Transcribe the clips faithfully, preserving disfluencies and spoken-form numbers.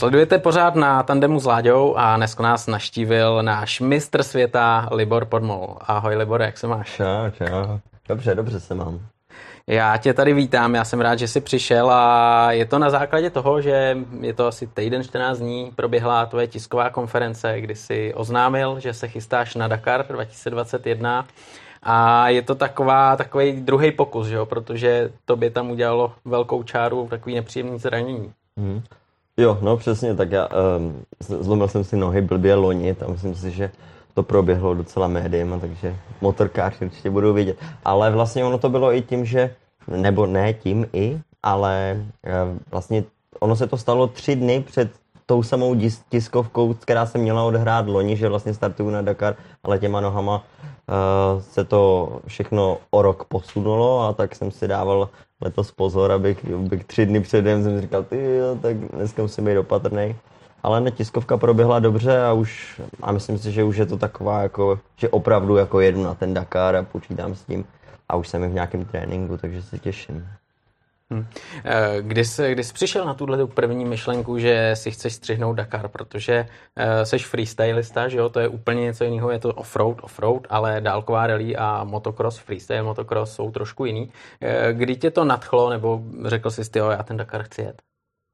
Sledujete pořád na Tandemu s Láďou a dneska nás navštívil náš mistr světa Libor Podmol. Ahoj Libore, jak se máš? Čau, čau. Dobře, dobře se mám. Já tě tady vítám, já jsem rád, že jsi přišel a je to na základě toho, že je to asi týden, čtrnáct dní, proběhla tvoje tisková konference, kdy jsi oznámil, že se chystáš na Dakar dva tisíce dvacet jedna a je to taková, takový druhý pokus, že jo? Protože tobě tam udělalo velkou čáru takový nepříjemný zranění. Hmm. Jo, no přesně, tak já um, zlomil jsem si nohy blbě loni, tam myslím si, že to proběhlo docela médiema, takže motorkáři určitě budou vidět. Ale vlastně ono to bylo i tím, že, nebo ne tím i, ale uh, vlastně ono se to stalo tři dny před tou samou tiskovkou, která se měla odehrát loni, že vlastně startuju na Dakar, ale těma nohama uh, se to všechno o rok posunulo a tak jsem si dával letos pozor, abych, abych tři dny předem jsem říkal, ty jo, tak dneska musím být opatrnej. Ale ne, tiskovka proběhla dobře a už, a myslím si, že už je to taková jako, že opravdu jako jedu na ten Dakar a počítám s tím a už jsem v nějakém tréninku, takže se těším. Hmm. Kdy jsi, kdy jsi přišel na tuhle první myšlenku, že si chceš střihnout Dakar, protože uh, seš freestylista, že jo, to je úplně něco jiného, je to offroad, offroad, ale dálková rally a motocross, freestyle motocross jsou trošku jiný. Uh, kdy tě to nadchlo, nebo řekl jsi ty, jo, já ten Dakar chci jet?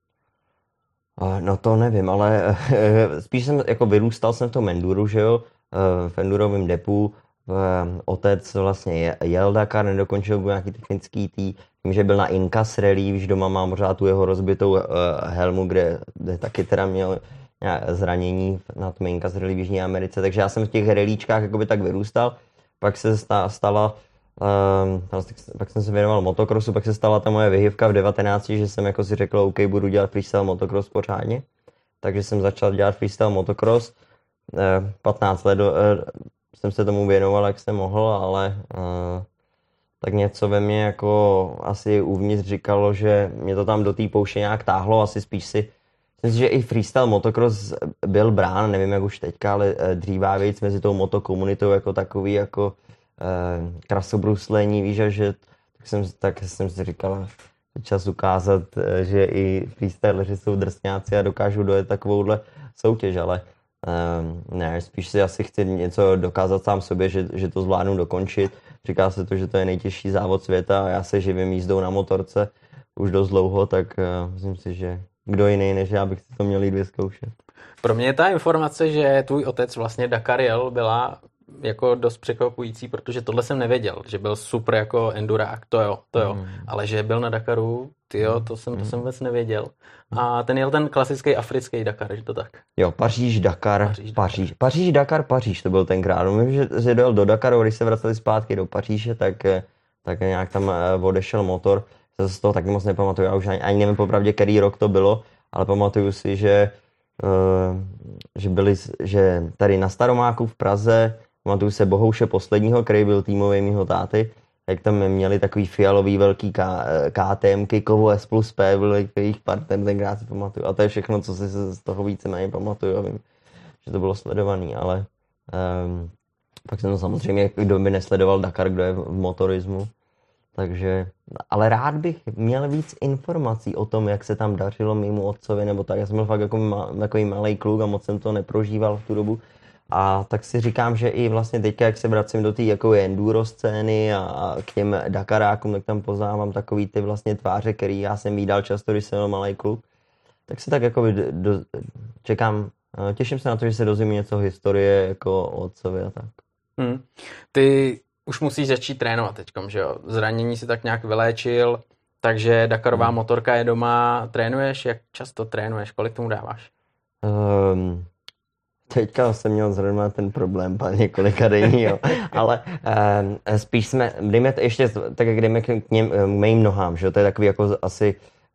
Uh, no to nevím, ale uh, spíš jsem, jako vyrůstal jsem v tom enduru, že jo, uh, v endurovém depu. Otec vlastně jel Dakar, nedokončil byl nějaký technický tý, tím, že byl na Incas Rally, víš, doma mám pořád tu jeho rozbitou uh, helmu, kde, kde taky teda měl zranění na tom Incas Rally v Jižní Americe, takže já jsem v těch rallíčkách jakoby tak vyrůstal, pak se stala, um, pak jsem se věnoval motocrossu, pak se stala ta moje vyhybka v devatenácti, že jsem jako si řekl, OK, budu dělat freestyle motocross pořádně, takže jsem začal dělat freestyle motocross, uh, patnáct let do, uh, jsem se tomu věnoval, jak jsem mohl, ale uh, tak něco ve mně jako asi uvnitř říkalo, že mě to tam do té pouště nějak táhlo, asi spíš si, myslím si, že i freestyle motocross byl brán, nevím jak už teďka, ale uh, dříva víc mezi tou motokomunitou jako takový jako uh, krasobruslení, víš, že tak jsem, tak jsem si říkal, čas ukázat, že i freestyleři jsou drsňáci a dokážou dojet takovouhle soutěž, ale Um, ne, spíš si asi chci něco dokázat sám sobě, že, že to zvládnu dokončit. Říká se to, že to je nejtěžší závod světa a já se živím jízdou na motorce už dost dlouho, tak uh, myslím si, že kdo jiný než já bych si to měl jít vyzkoušet. Pro mě ta informace, že tvůj otec vlastně Dakar jel, byla jako dost překvapující, protože tohle jsem nevěděl, že byl super jako endurák, to jo, to jo, mm. ale že byl na Dakaru, tyjo, to jsem, to jsem vůbec nevěděl. A ten jel ten klasický africký Dakar, že to tak? Jo, Paříž, Dakar, Paříž, Paříž, Paříž, Dakar, Paříž, to byl tenkrát. Vím, že, že dojel do Dakaru, když se vraceli zpátky do Paříže, tak, tak nějak tam odešel motor. Já se z toho taky moc nepamatuju, já už ani, ani nevím popravdě, který rok to bylo, ale pamatuju si, že, uh, že byli, že tady na Staromáku v Praze, pamatuju se Bohouše posledního, který byl týmový mýho táty, jak tam měli takový fialový velký K T Mky, Kovo S plus P, byli jejich partner, tenkrát si pamatuju. A to je všechno, co si z toho víceméně pamatuju. A vím, že to bylo sledovaný, ale um, pak jsem to samozřejmě, kdo by nesledoval Dakar, kdo je v motorismu. Takže, ale rád bych měl víc informací o tom, jak se tam dařilo mému otcovi, nebo tak. Já jsem byl fakt jako ma, takový malej kluk a moc jsem to neprožíval v tu dobu. A tak si říkám, že i vlastně teďka, jak se vracím do té jako enduro scény a, a k těm Dakarákům, tak tam poznávám takový ty vlastně tváře, který já jsem vídal často, když jsem byl malý kluk. Tak si tak jako do, do, čekám, těším se na to, že se dozvím něco historie jako o otcovi a tak. Hmm. Ty už musíš začít trénovat teďkom, že jo? Zranění si tak nějak vyléčil, takže Dakarová hmm. motorka je doma. Trénuješ? Jak často trénuješ? Kolik tomu dáváš? Um, Teďka jsem měl zrovna ten problém, pan několika denní, jo. Ale uh, spíš jsme, dejme ještě, tak jak jdeme k, něm, k mým nohám, že to je takový jako asi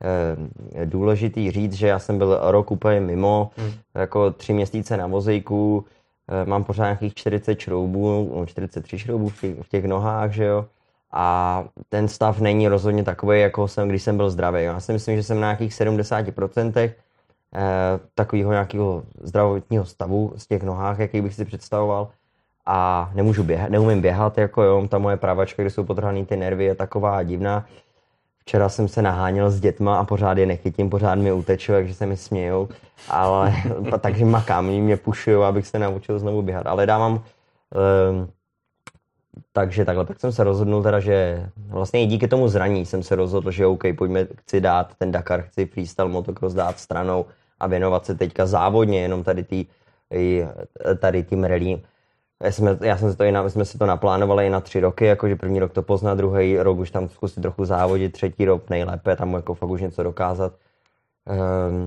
uh, důležitý říct, že já jsem byl rok úplně mimo, hmm. jako tři měsíce na vozejku, uh, mám pořád nějakých čtyřicet šroubů, čtyřicet tři šroubů v těch, v těch nohách, že jo. A ten stav není rozhodně takový, jako jsem, když jsem byl zdravý. Já si myslím, že jsem na nějakých sedmdesát procent Eh, takového nějakého zdravotního stavu z těch nohách, jaký bych si představoval. A nemůžu běhat, neumím běhat, jako jo, ta moje pravačka, kde jsou potrhaný ty nervy, je taková divná. včera jsem se naháněl s dětma a pořád je nechytím, pořád mi utečou, takže se mi smějou, ale takže makám, mě pušujou, abych se naučil znovu běhat, ale dávám, um, takže takhle, tak jsem se rozhodnul teda, že vlastně i díky tomu zraní jsem se rozhodl, že OK, pojďme, chci dát ten Dakar, chci freestyle motocross dát stranou a věnovat se teďka závodně jenom tady tý, tady tím rally. Já, jsme, já jsem si to, na, jsme si to naplánovali i na tři roky, jakože první rok to poznat, druhý rok už tam zkusit trochu závodit, třetí rok nejlépe, tam jako fakt už něco dokázat. Um,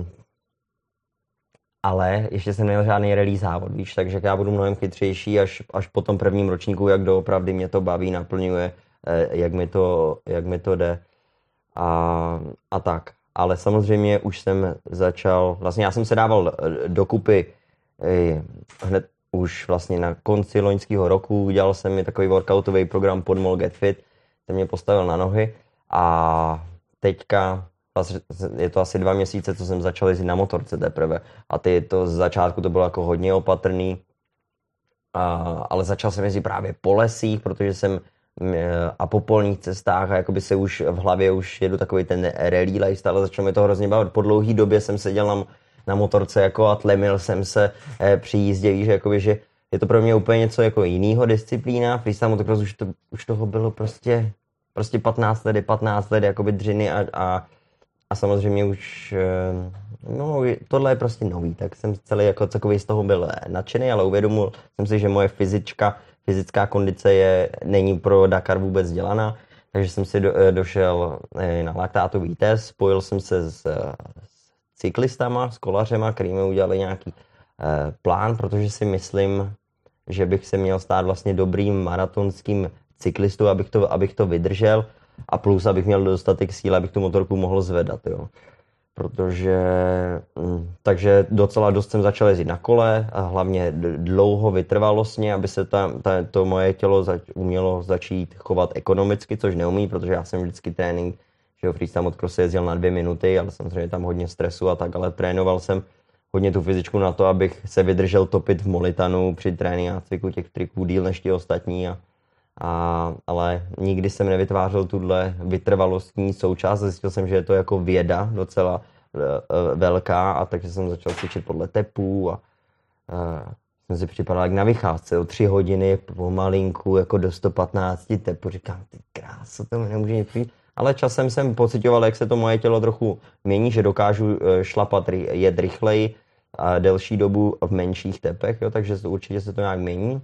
ale ještě jsem neměl žádný rally závod, víš, takže já budu mnohem chytřejší až, až po tom prvním ročníku, jak doopravdy mě to baví, naplňuje, jak mi to, jak mi to jde a, a tak. Ale samozřejmě už jsem začal, vlastně já jsem se dával dokupy hned už vlastně na konci loňského roku, udělal jsem mi takový workoutový program pod Mol Get Fit, ten mě postavil na nohy a teďka je to asi dva měsíce, co jsem začal jezdit na motorce teprve a ty to z začátku to bylo jako hodně opatrný, a, ale začal jsem jezdit právě po lesích, protože jsem a po polních cestách a jakoby se už v hlavě už jedu takový ten rally lifestyle, začal mi to hrozně bavit. Po dlouhý době jsem seděl na, na motorce jako a tlemil jsem se eh, při jízdě, víš, jakoby, že je to pro mě úplně něco jako jinýho disciplína. Freestyle motocross už, to, už toho bylo prostě, prostě patnáct let, patnáct let jakoby dřiny a, a, a samozřejmě už eh, no, tohle je prostě nový, tak jsem celý jako takový z toho byl nadšený, ale uvědomil jsem si, že moje fyzička fyzická kondice je, není pro Dakar vůbec dělaná, takže jsem si do, došel na laktátový test, spojil jsem se s, s cyklistama, s kolařema, který mi udělali nějaký eh, plán, protože si myslím, že bych se měl stát vlastně dobrým maratonským cyklistou, abych to, abych to vydržel a plus, abych měl dostatek síly, abych tu motorku mohl zvedat, jo. Protože, takže docela dost jsem začal jezdit na kole a hlavně dlouho vytrvalostně, aby se ta, ta, to moje tělo zač, umělo začít chovat ekonomicky, což neumí, protože já jsem vždycky trénink, že freestyle motocross jezdil na dvě minuty, ale samozřejmě tam hodně stresu a tak, ale trénoval jsem hodně tu fyzičku na to, abych se vydržel topit v molitanu při tréninku a cviku těch triků díl než ti ostatní. A, a, ale nikdy jsem nevytvářel tuhle vytrvalostní součást, zjistil jsem, že je to jako věda docela e, e, velká a takže jsem začal cvičit podle tepů a e, jsem si připadal jak na vycházce o tři hodiny pomalinku jako do sto patnáct tepů, říkám, ty krása, to mi nemůže nic přijít. Ale časem jsem pociťoval, jak se to moje tělo trochu mění, že dokážu šlapat, jet rychleji a delší dobu v menších tepech, jo, takže to, určitě se to nějak mění.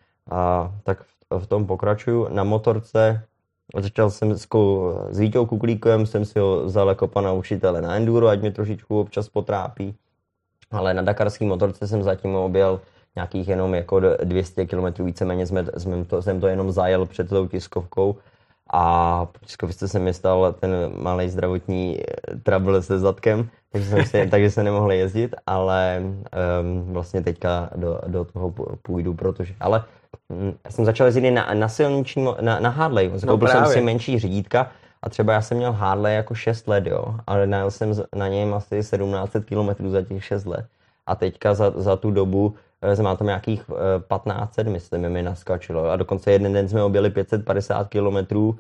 A tak v tom pokračuju. Na motorce začal jsem s, s Víťou Kuklíkem, jsem si ho vzal jako pana učitele na enduro, ať mě trošičku občas potrápí. Ale na dakarský motorce jsem zatím objel nějakých jenom jako dvě stě kilometrů, víceméně jsme, jsme to, jsem to jenom zajel před tou tiskovkou. A po tiskovce se mi stal ten malý zdravotní trouble se zadkem, takže jsem si, takže se nemohl jezdit, ale um, vlastně teďka do, do toho půjdu, protože, ale um, já jsem začal jezdit na, na silniční, na, na Harley, no, koupil jsem si menší řídítka a třeba já jsem měl Harley jako šest let, jo, ale najel jsem na něm asi sedmnáct set kilometrů za těch šest let a teďka za, za tu dobu má tam nějakých patnáct set, myslím, mi naskačilo. A dokonce jeden den jsme objeli pět set padesát kilometrů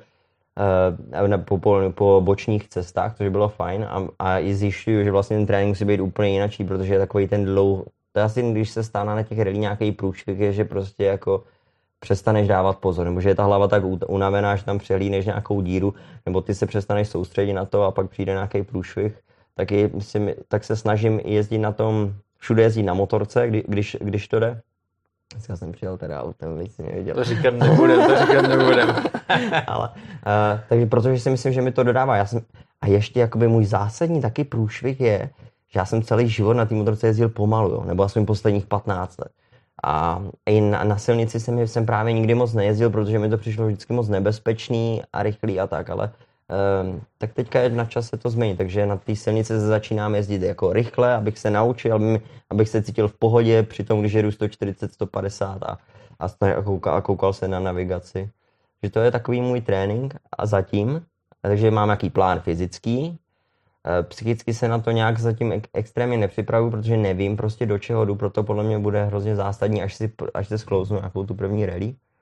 po, po, po bočních cestách, což bylo fajn. A, a i zjišťuju, že vlastně ten trénink musí být úplně jináčí, protože je takový ten dlouho. To je asi, když se stane na těch rally nějaký průšvih, je, že prostě jako přestaneš dávat pozor, nebo že je ta hlava tak unavená, že tam přehlídneš nějakou díru, nebo ty se přestaneš soustředit na to a pak přijde nějaký průšvih. Tak, je, myslím, tak se snažím jezdit na tom, všude jezdit na motorce, kdy, když, když to jde. Dneska jsem přijel teda autem, víc si neviděl. To říkat nebudem, to říkat nebudem. Ale, uh, takže protože si myslím, že mi to dodává. Já jsem, a ještě jakoby můj zásadní taky průšvih je, že já jsem celý život na té motorce jezdil pomalu, jo, nebo aspoň posledních patnáct let. A i na, na silnici jsem, jsem právě nikdy moc nejezdil, protože mi to přišlo vždycky moc nebezpečný a rychlý a tak, ale Um, tak teďka je na čase to změnit, takže na té silnici začínám jezdit jako rychle, abych se naučil, abych, abych se cítil v pohodě, přitom když jedu sto čtyřicet, sto padesát a, a, koukal, a koukal se na navigaci. Že to je takový můj trénink a zatím, takže mám nějaký plán fyzický, psychicky se na to nějak zatím ek, extrémně nepřipravuju, protože nevím prostě do čeho jdu, proto podle mě bude hrozně zásadní, až, si, až se sklouznu nějakou tu první rally.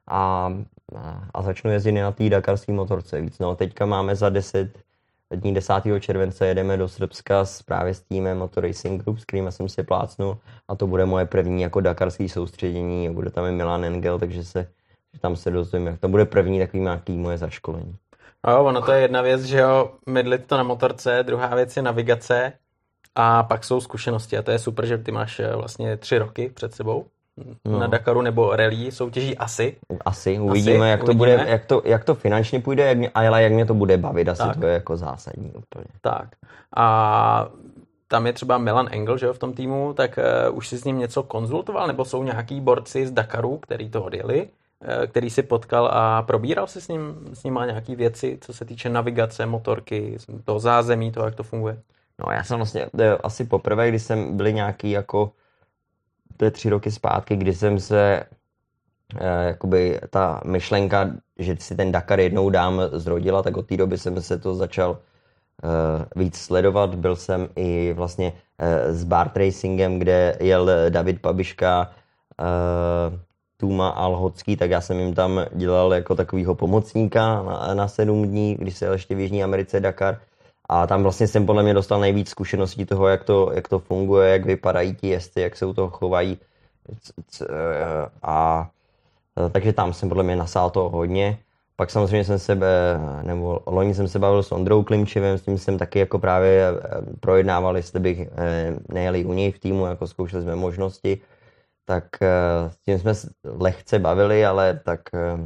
a, a začnu jezdit na té dakarské motorce víc. No, teďka máme za deset dní desátého července jedeme do Srbska s, právě s týmem Motor Racing Group, s kterým jsem si plácnul a to bude moje první jako dakarské soustředění, bude tam i Milan Engel, takže se, tam se dozvím, jak to bude první takový nějaký moje zaškolení. Jo, ono to je jedna věc, že jo, mydlit to na motorce, druhá věc je navigace a pak jsou zkušenosti a to je super, že ty máš vlastně tři roky před sebou no. na Dakaru nebo rally soutěží asi. Asi, uvidíme, asi, jak, to uvidíme. Bude, jak, to, jak to finančně půjde, jak mě, ale jak mě to bude bavit, asi tak. To je jako zásadní úplně. Tak a tam je třeba Milan Engel, že jo, v tom týmu, tak uh, už si s ním něco konzultoval, nebo jsou nějaký borci z Dakaru, který to odjeli, který si potkal a probíral si s ním, s ním nějaký věci, co se týče navigace, motorky, toho zázemí, toho, jak to funguje? No já jsem vlastně asi poprvé, když jsem byli nějaký jako to je tři roky zpátky, kdy jsem se eh, jakoby ta myšlenka, že si ten Dakar jednou dám, zrodila, tak od té doby jsem se to začal eh, víc sledovat. Byl jsem i vlastně eh, s Bart Racingem, kde jel David Pabiška, eh, Tuma Alhocký, tak já jsem jim tam dělal jako takovýho pomocníka na, na sedm dní, když se jel ještě v Jižní Americe Dakar. A tam vlastně jsem podle mě dostal nejvíc zkušeností toho, jak to, jak to funguje, jak vypadají ti jezdci, jak se u toho chovají. A takže tam jsem podle mě nasál toho hodně. Pak samozřejmě jsem se, nebo loni jsem se bavil s Ondrou Klimčivem, s tím jsem taky jako právě projednával, jestli bych nejel u něj v týmu, jako zkoušeli jsme možnosti. Tak s tím jsme lehce bavili, ale tak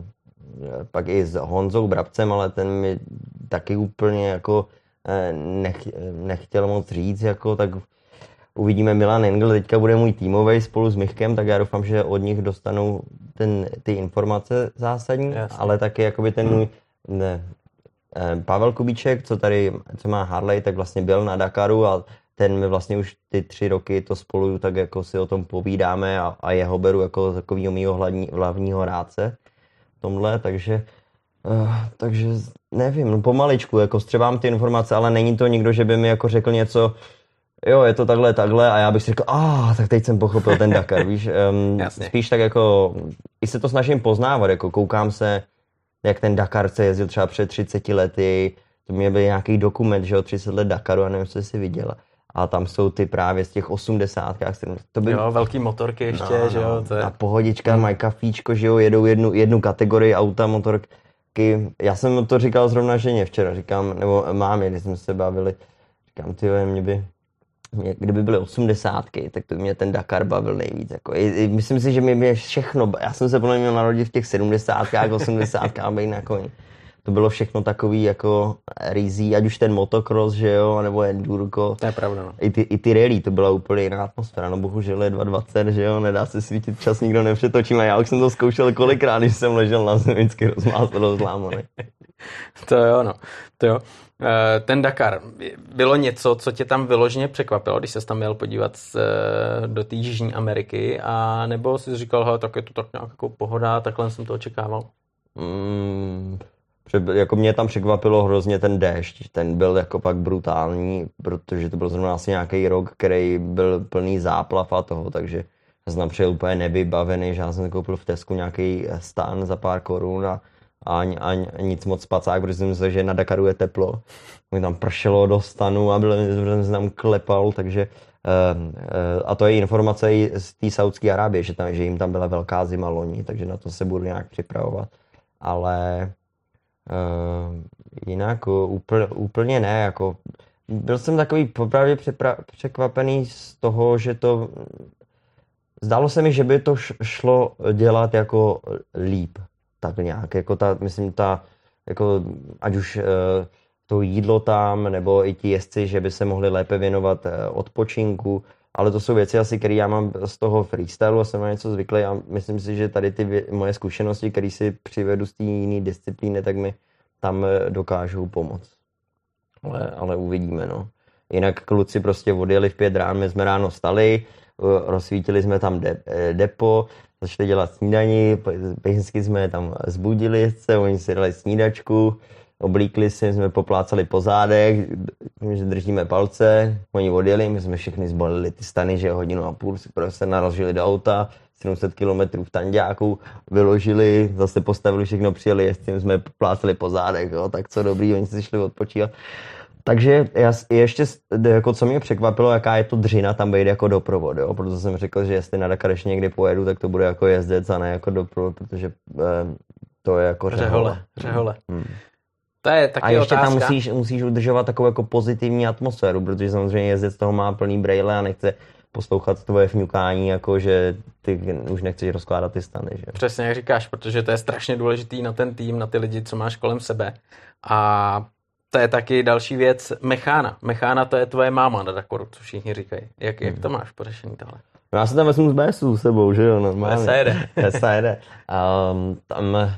pak i s Honzou Brabcem, ale ten mi taky úplně jako nech, nechtěl moc říct, jako tak uvidíme. Milan Engel teďka bude můj týmový spolu s Michkem, tak já doufám, že od nich dostanou ten, ty informace zásadní, jasně. Ale taky jakoby ten můj ne, Pavel Kubíček, co tady, co má Harley, tak vlastně byl na Dakaru a ten mi vlastně už ty tři roky to spolu tak jako si o tom povídáme a, a jeho beru jako takovýho mýho hlavní, hlavního rádce tomhle, takže uh, takže nevím, no pomaličku, jako střebám ty informace, ale není to nikdo, že by mi jako řekl něco, jo, je to takhle, takhle a já bych si řekl, a ah, tak teď jsem pochopil ten Dakar, víš, um, spíš tak jako, i se to snažím poznávat, jako koukám se, jak ten Dakar se jezdil třeba před třiceti lety, to mě byl nějaký dokument, že jo, třicet let Dakaru a nevím, co jsi viděla. A tam jsou ty právě z těch osmdesátkách. To by... Jo, velký motorky ještě, no, že jo. No, to je... A pohodička, mají kafíčko, že jo, jedou jednu, jednu kategorii auta, motorky. Já jsem to říkal zrovna ženě včera, říkám, nebo mámě, když jsme se bavili, říkám, tyjo, mě by, mě, kdyby byly osmdesátky, tak to by mě ten Dakar bavil nejvíc. Jako. I, i, myslím si, že mě by všechno, já jsem se podle mě narodil v těch sedmdesátkách, osmdesátkách a být na koni. To bylo všechno takový jako rizí, ať už ten motocross, že jo, nebo endurko. To je pravda, no. I ty, i ty rally, to byla úplně jiná atmosféra, no bohužel je dva dvacet, že jo, nedá se svítit čas, nikdo nepřetočí, a já už jsem to zkoušel kolikrát, když jsem ležel na zemi, vždycky rozmázl rozlámaný. To jo, no, to jo. Ten Dakar, bylo něco, co tě tam vyloženě překvapilo, když ses tam měl podívat do té Jižní Ameriky, a nebo jsi říkal, hele, tak je to tak nějak jako pohoda, takhle jsem to očekával? Mm. Jako mě tam překvapilo hrozně ten déšť, ten byl jako pak brutální, protože to byl zrovna asi nějaký rok, který byl plný záplav a toho, takže jsem tam přijel úplně nevybavený, že já jsem koupil v Tesku nějaký stan za pár korun a, a, a nic moc spacák, protože jsem myslel, že na Dakaru je teplo. Mě tam pršelo do stanu a byl, jsem tam klepal, takže a to je informace i z té Saúdské Arábie, že, tam, že jim tam byla velká zima loni, takže na to se budu nějak připravovat, ale Uh, jinak úplně, úplně ne, jako byl jsem takový popravdě překvapený z toho, že to zdálo se mi, že by to šlo dělat jako líp, tak nějak, jako ta, myslím ta, jako ať už uh, to jídlo tam, nebo i ti jezdci, že by se mohli lépe věnovat uh, odpočinku, ale to jsou věci asi, které já mám z toho freestylu a jsem na něco zvyklý a myslím si, že tady ty vě- moje zkušenosti, které si přivedu z té jiné disciplíny, tak mi tam dokážou pomoct. Ale, ale uvidíme, no. Jinak kluci prostě odjeli v pět ráno, my jsme ráno vstali, rozsvítili jsme tam de- depo, začali dělat snídaní, pěkně jsme tam zbudili se, oni si dali snídačku, oblíkli si, jsme poplácali po zádech, že držíme palce, oni odjeli, my jsme všechny zbalili ty stany, že hodinu a půl si prostě naložili do auta, sedm set kilometrů v Tanďáku, vyložili, zase postavili všechno, přijeli, jestli jsme pláceli po zádech, jo, tak co dobrý, oni si šli odpočívat. Takže já, ještě, jako co mě překvapilo, jaká je to dřina tam být jako doprovod, jo? Proto jsem řekl, že jestli na Dakar ještě někdy pojedu, tak to bude jako jezdec a ne jako doprovod, protože eh, to je jako řehole. Řehole, řehole. Hmm. To je taky a ještě otázka. Tam musíš, musíš udržovat takovou jako pozitivní atmosféru, protože samozřejmě jezdec toho má plný brejle a nechce poslouchat tvoje fňukání, jako že ty už nechceš rozkládat ty stany. Že? Přesně jak říkáš, protože to je strašně důležitý na ten tým, na ty lidi, co máš kolem sebe. A to je taky další věc, Mechána. Mechána to je tvoje máma na Dakaru, co všichni říkají. Jak, jak to máš pořešený tohle? No já se tam vezmu z bé esu s sebou, že jo, normálně. Esa jede. Esa jede. Um, tam, uh,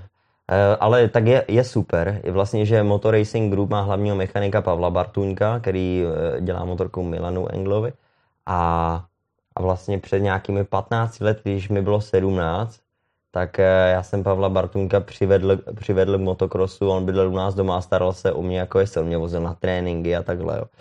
ale tak je, je super. Je vlastně, že Motor Racing Group má hlavního mechanika Pavla Bartuňka, který uh, dělá motorku Milanu Englovi. A, a vlastně před nějakými patnácti lety, když mi bylo sedmnáct, tak já jsem Pavla Bartuňka přivedl, přivedl k motokrosu, on bydlel u nás doma a staral se o mě jako jestli, on mě vozil na tréninky a takhle. Jo.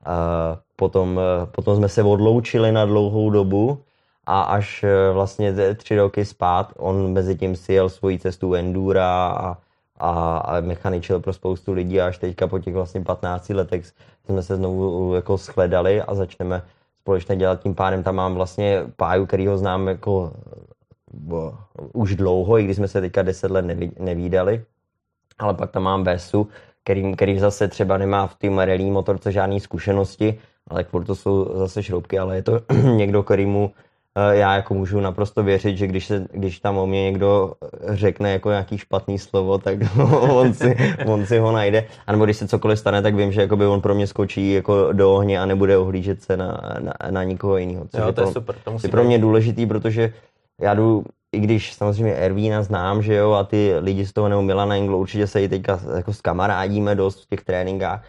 A potom, potom jsme se odloučili na dlouhou dobu a až vlastně tři roky zpát, on mezi tím si jel svoji cestu Endura a, a, a mechaničil pro spoustu lidí a až teďka po těch vlastně patnácti letech jsme se znovu jako shledali a začneme společně dělat. Tím pádem tam mám vlastně Páju, kterýho znám jako bo, už dlouho, i když jsme se teďka deset let neví, nevídali, ale pak tam mám Besu, který, který zase třeba nemá v té rally motorce žádné zkušenosti, ale kvůli to jsou zase šroubky, ale je to někdo, kterýmu já jako můžu naprosto věřit, že když, se, když tam o mě někdo řekne jako nějaký špatný slovo, tak on si, on si ho najde. A nebo když se cokoliv stane, tak vím, že jakoby on pro mě skočí jako do ohně a nebude ohlížet se na, na, na nikoho jiného. Jo, je to je pro, super. To musí je pro mě důležitý, protože já jdu, i když samozřejmě Ervína znám, že jo, a ty lidi z toho nebo Milana Englo, určitě se i teďka jako skamarádíme dost v těch tréninkách,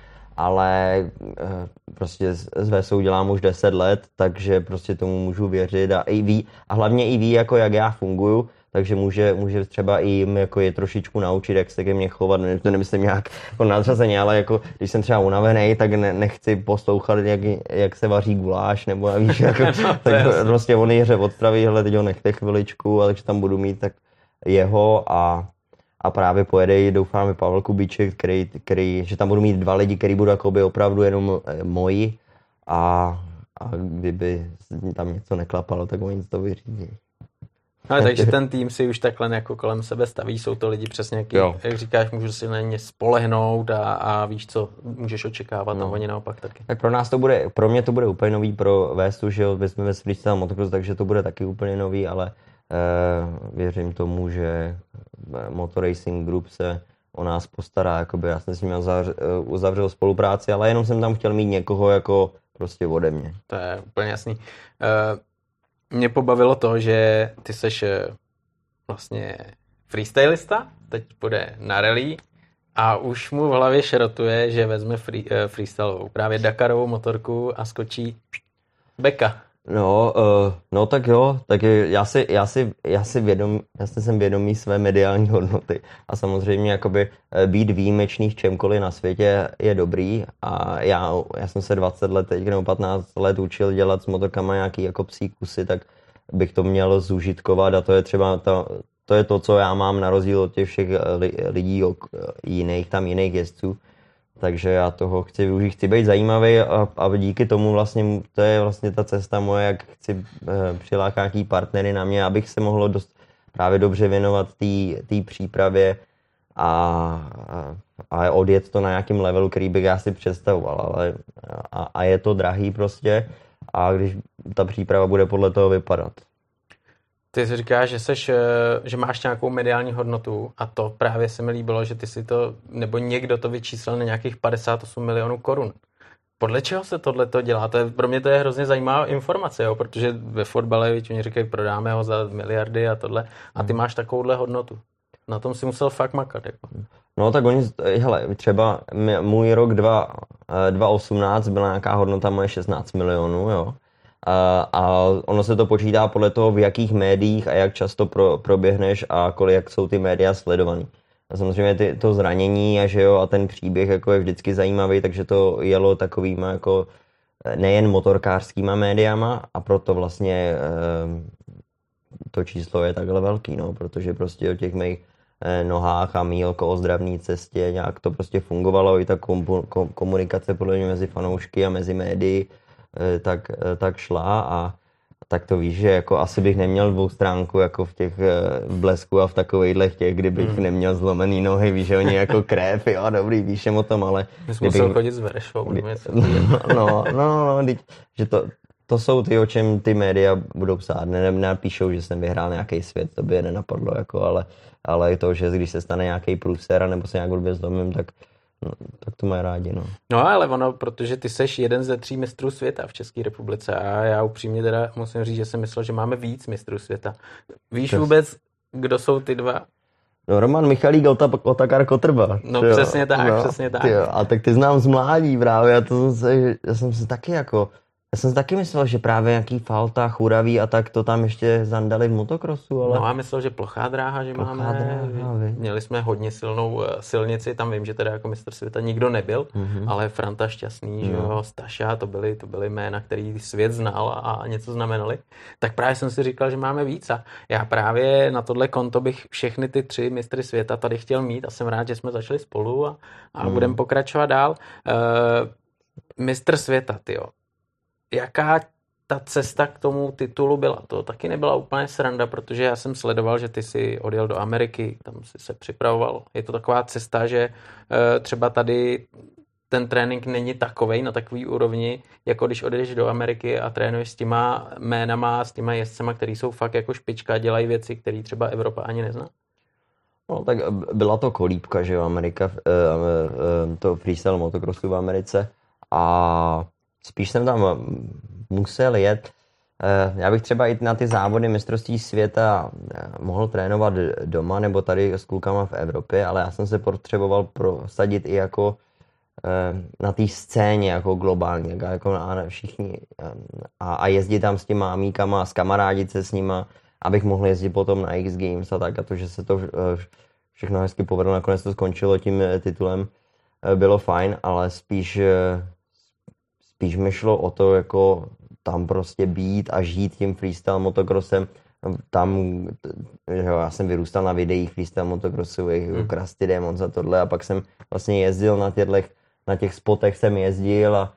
ale prostě s Vesou dělám už deset let, takže prostě tomu můžu věřit a i ví, a hlavně i ví, jako jak já funguju, takže může, může třeba i jim jako je trošičku naučit, jak se ke mně chovat, to nemyslím nějak jako nadřazeně, ale jako když jsem třeba unavený, tak ne, nechci poslouchat, jak, jak se vaří guláš, nebo víš, jako, tak prostě on jeře odstraví, hele, teď ho nechte chviličku, ale když tam budu mít, tak jeho a A právě pojede, doufáme, Pavel Kubíček, který, který, že tam budu mít dva lidi, kteří budou jakoby opravdu jenom moji a, a kdyby tam něco neklapalo, tak oni to vyřídí. No, takže ten tým si už takhle jako kolem sebe staví, jsou to lidi přesně, jaký, jak říkáš, můžu si na ně spolehnout a, a víš, co můžeš očekávat, no. A oni naopak taky. Tak pro nás to bude, pro mě to bude úplně nový, pro Vestu, že jo, jsme ve freestyle motocross, takže to bude taky úplně nový, ale Uh, věřím tomu, že Motor Racing Group se o nás postará, jakoby já jsem s ním uzavřel, uzavřel spolupráci, ale jenom jsem tam chtěl mít někoho jako prostě ode mě. To je úplně jasný. Uh, mě pobavilo to, že ty seš uh, vlastně freestylista, teď půjde na rally a už mu v hlavě šrotuje, že vezme free, uh, freestylovou, právě Dakarovou motorku a skočí Beka. No, uh, no tak jo, tak já si, já si, já si vědom, já si jsem vědomý své mediální hodnoty a samozřejmě jakoby být výjimečný v čemkoliv na světě je dobrý a já, já jsem se dvacet let, teď nebo patnáct let učil dělat s motorkama nějaký jako psí kusy, tak bych to měl zúžitkovat a to je třeba to, to je to, co já mám na rozdíl od těch všech lidí jiných, tam jiných jezdců. Takže já toho chci využít, chci být zajímavý a, a díky tomu vlastně, to je vlastně ta cesta moje, jak chci e, přilákat nějaký partnery na mě, abych se mohl dost právě dobře věnovat té přípravě a, a, a odjet to na nějakým levelu, který bych já si představoval, ale a, a je to drahý prostě a když ta příprava bude podle toho vypadat. Ty si říkáš, že, seš, že máš nějakou mediální hodnotu a to právě se mi líbilo, že ty si to, nebo někdo to vyčíslil na nějakých padesát osm milionů korun. Podle čeho se tohle to dělá? To je, pro mě to je hrozně zajímavá informace, jo? Protože ve fotbale oni říkají, prodáme ho za miliardy a tohle a ty máš takovouhle hodnotu. Na tom si musel fakt makat. Jako. No tak oni, hele, třeba můj rok dva tisíce osmnáct byla nějaká hodnota moje šestnáct milionů, jo. A, a ono se to počítá podle toho, v jakých médiích a jak často pro, proběhneš a kolik, jak jsou ty média sledovaný. A samozřejmě ty, to zranění a, že jo, a ten příběh jako je vždycky zajímavý, takže to jelo takovýma jako nejen motorkářskýma médiama a proto vlastně to číslo je takhle velký, no, protože prostě o těch mých nohách a mý jako ozdravní cestě nějak to prostě fungovalo, i ta komunikace podle mě mezi fanoušky a mezi médii tak, tak šla a tak to víš, že jako asi bych neměl dvou stránku jako v těch v blesku a v takovejhle těch, kdybych hmm. neměl zlomený nohy, víš, že oni jako krev, jo, dobrý, víš o tom, ale... My jsme musel chodit s Verešvou. Kdy, no, no, no, no, že to, to jsou ty, o čem ty média budou psát, ne, nepíšou, že jsem vyhrál nějaký svět, to by je nenapadlo, jako, ale, ale to, že když se stane nějaký průser, nebo se nějak blbě zlomím, tak No, tak to mají rádi, no. No ale ono, protože ty seš jeden ze tří mistrů světa v České republice a já upřímně teda musím říct, že jsem myslel, že máme víc mistrů světa. Víš Přes... vůbec, kdo jsou ty dva? No Roman Michalík, Otakar Kotrba. No tyjo. Přesně tak, no, přesně tak. Tyjo. A tak ty znám z mládí právě, a to jsem se, já jsem se taky jako, já jsem si taky myslel, že právě nějaký Falta, Churaví a tak to tam ještě zandali v motokrosu, ale... No a myslel, že plochá dráha, že plochá máme, dráha, měli jsme hodně silnou silnici, tam vím, že teda jako mistr světa nikdo nebyl, mm-hmm. ale Franta Šťastný, že jo, Staša, to byly, to byly jména, který svět znal a něco znamenali. Tak právě jsem si říkal, že máme víc a já právě na tohle konto bych všechny ty tři mistry světa tady chtěl mít a jsem rád, že jsme začali spolu a, a mm. budeme pokračovat dál. Uh, mistr světa, tyjo. Jaká ta cesta k tomu titulu byla? To taky nebyla úplně sranda, protože já jsem sledoval, že ty jsi odjel do Ameriky, tam jsi se připravoval. Je to taková cesta, že e, třeba tady ten trénink není takovej na takový úrovni, jako když odejdeš do Ameriky a trénuješ s těma jménama, s těma jezdcema, který jsou fakt jako špička, dělají věci, které třeba Evropa ani nezná. No tak byla to kolíbka, že jo, Amerika, e, e, to freestyle motocrossu v Americe a spíš jsem tam musel jet. Já bych třeba i na ty závody mistrovství světa mohl trénovat doma nebo tady s klukama v Evropě, ale já jsem se potřeboval prosadit i jako na té scéně jako globálně, jako na všichni a, a jezdit tam s těma amíkama, s kamarádit se s nima, abych mohl jezdit potom na X Games a tak a to, že se to všechno hezky povedlo, nakonec to skončilo tím titulem, bylo fajn, ale spíš Spíš mi šlo o to, jako tam prostě být a žít tím freestyle motocrossem. Tam, jo, já jsem vyrůstal na videích freestyle motocrossových, hmm. Krusty Demons a tohle a pak jsem vlastně jezdil na těchto, na těch spotech jsem jezdil a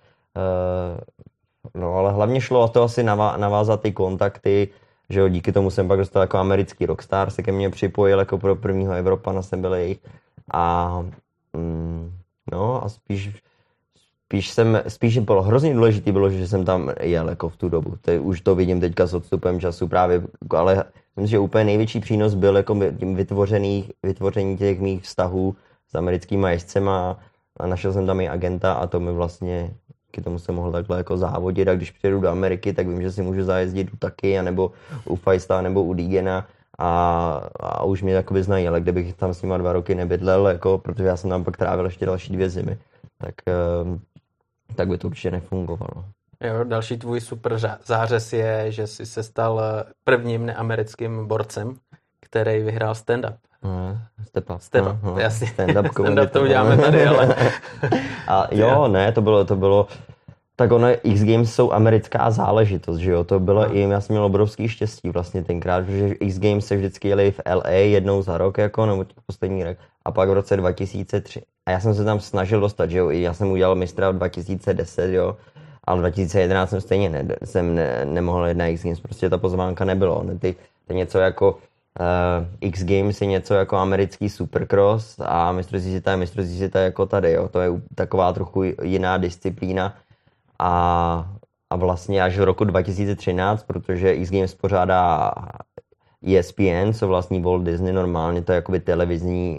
uh, no ale hlavně šlo o to asi navá, navázat ty kontakty, že jo, díky tomu jsem pak dostal jako americký rockstar, se ke mně připojil jako pro prvního Evropana jsem byl jejich a mm, no a spíš Spíš, jsem, spíš bylo hrozně důležitý bylo, že jsem tam jel jako v tu dobu. Te, už to vidím teďka s odstupem času právě, ale myslím, že úplně největší přínos byl jako tím vytvořený, vytvoření těch mých vztahů s americkýma jezdcema a našel jsem tam i agenta a to mi vlastně, k tomu jsem mohl takhle jako závodit a když přijedu do Ameriky, tak vím, že si můžu zajezdit u Taky, nebo u Feista, nebo u Digena a, a už mě jakoby znají, ale kdybych tam s nima dva roky nebydlel, jako, protože já jsem tam pak trávil ještě další dvě zimy, tak tak by to určitě nefungovalo. Jo, další tvůj super zářez je, že jsi se stal prvním neamerickým borcem, který vyhrál stand-up. No, step up. Step up, no, jasně. Stand-up, stand-up to uděláme tady, ale... A jo, ne, to bylo, to bylo... Tak ono, X Games jsou americká záležitost, že jo, to bylo no. i, já jsem měl obrovský štěstí vlastně tenkrát, protože X Games se vždycky jeli v L A jednou za rok, jako, nebo poslední rok, a pak v roce dva tisíce tři, a já jsem se tam snažil dostat, že jo, i já jsem udělal mistra v dva tisíce deset, jo, ale v dva tisíce jedenáct jsem stejně ne, jsem ne, nemohl jít na X Games, prostě ta pozvánka nebylo, ne, ty, to je něco jako, uh, X Games je něco jako americký supercross a mistrovství světa je mistrovství světa jako tady, jo, to je taková trochu jiná disciplína. A, a vlastně až v roku dva tisíce třináct, protože X Games pořádá E S P N, co vlastní Walt Disney, normálně to je jakoby televizní,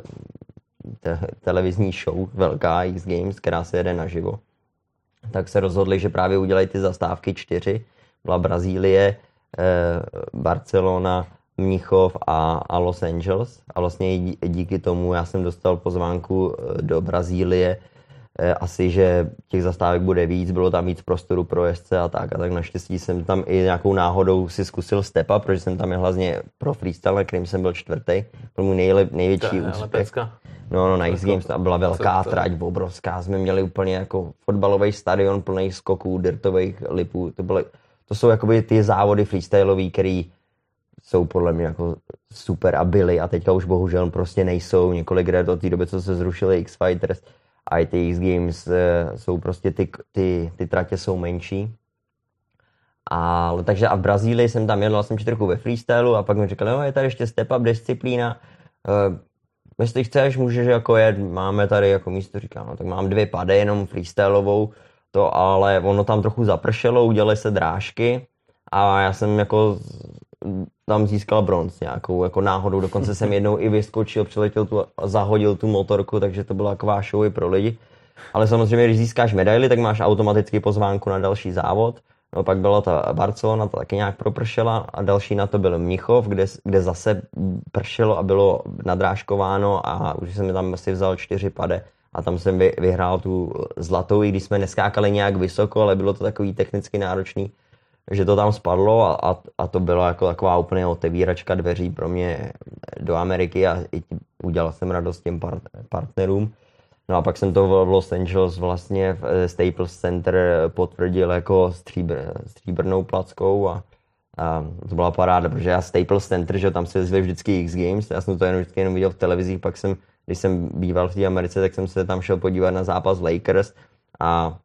te, televizní show, velká X Games, která se jede naživo. Tak se rozhodli, že právě udělají ty zastávky čtyři. Byla Brazílie, eh, Barcelona, Mnichov a, a Los Angeles. A vlastně díky tomu já jsem dostal pozvánku do Brazílie. Asi, že těch zastávek bude víc, bylo tam víc prostoru pro jezdce a tak. A tak naštěstí jsem tam i nějakou náhodou si zkusil stepa, protože jsem tam je hlavně pro freestyle, na kterým jsem byl čtvrtý. Byl můj nejlep, největší úspěch. No, no, na X Games tam byla velká trať, obrovská. Jsme měli úplně jako fotbalový stadion plný skoků, dirtových lipů. To, byly, to jsou jakoby ty závody freestylový, který jsou podle mě jako super a byly a teďka už bohužel prostě nejsou. Několik let od té doby, co se zrušily X-Fighters a i ty X-Games jsou prostě ty, ty, ty tratě jsou menší. Ale takže a v Brazílii jsem tam jedl jsem trochu ve freestylu a pak mi říkali, no je tady ještě step up disciplína. Uh, jestli chceš, můžeš jako jet, máme tady jako místo, říkám, no tak mám dvě pady, jenom freestylovou, to ale ono tam trochu zapršelo, udělaly se drážky a já jsem jako tam získal bronz nějakou jako náhodou, dokonce jsem jednou i vyskočil, přiletěl tu a zahodil tu motorku, takže to byla taková show i pro lidi. Ale samozřejmě, když získáš medaili, tak máš automaticky pozvánku na další závod. No pak byla ta Barcelona, ta taky nějak propršela a další na to byl Mnichov, kde, kde zase pršelo a bylo nadrážkováno a už jsem tam asi vzal čtyři pade a tam jsem vy, vyhrál tu zlatou, i když jsme neskákali nějak vysoko, ale bylo to takový technicky náročný, že to tam spadlo a, a, a to byla jako taková úplně otevíračka dveří pro mě do Ameriky a i udělal jsem radost těm part, partnerům. No a pak jsem to v Los Angeles vlastně v Staples Center potvrdil jako stříbr, stříbrnou plackou a, a to byla paráda, protože já Staples Center, že tam se jezdili vždycky X Games, já jsem to jenom vždycky jenom viděl v televizích, pak jsem, když jsem býval v té Americe, tak jsem se tam šel podívat na zápas Lakers a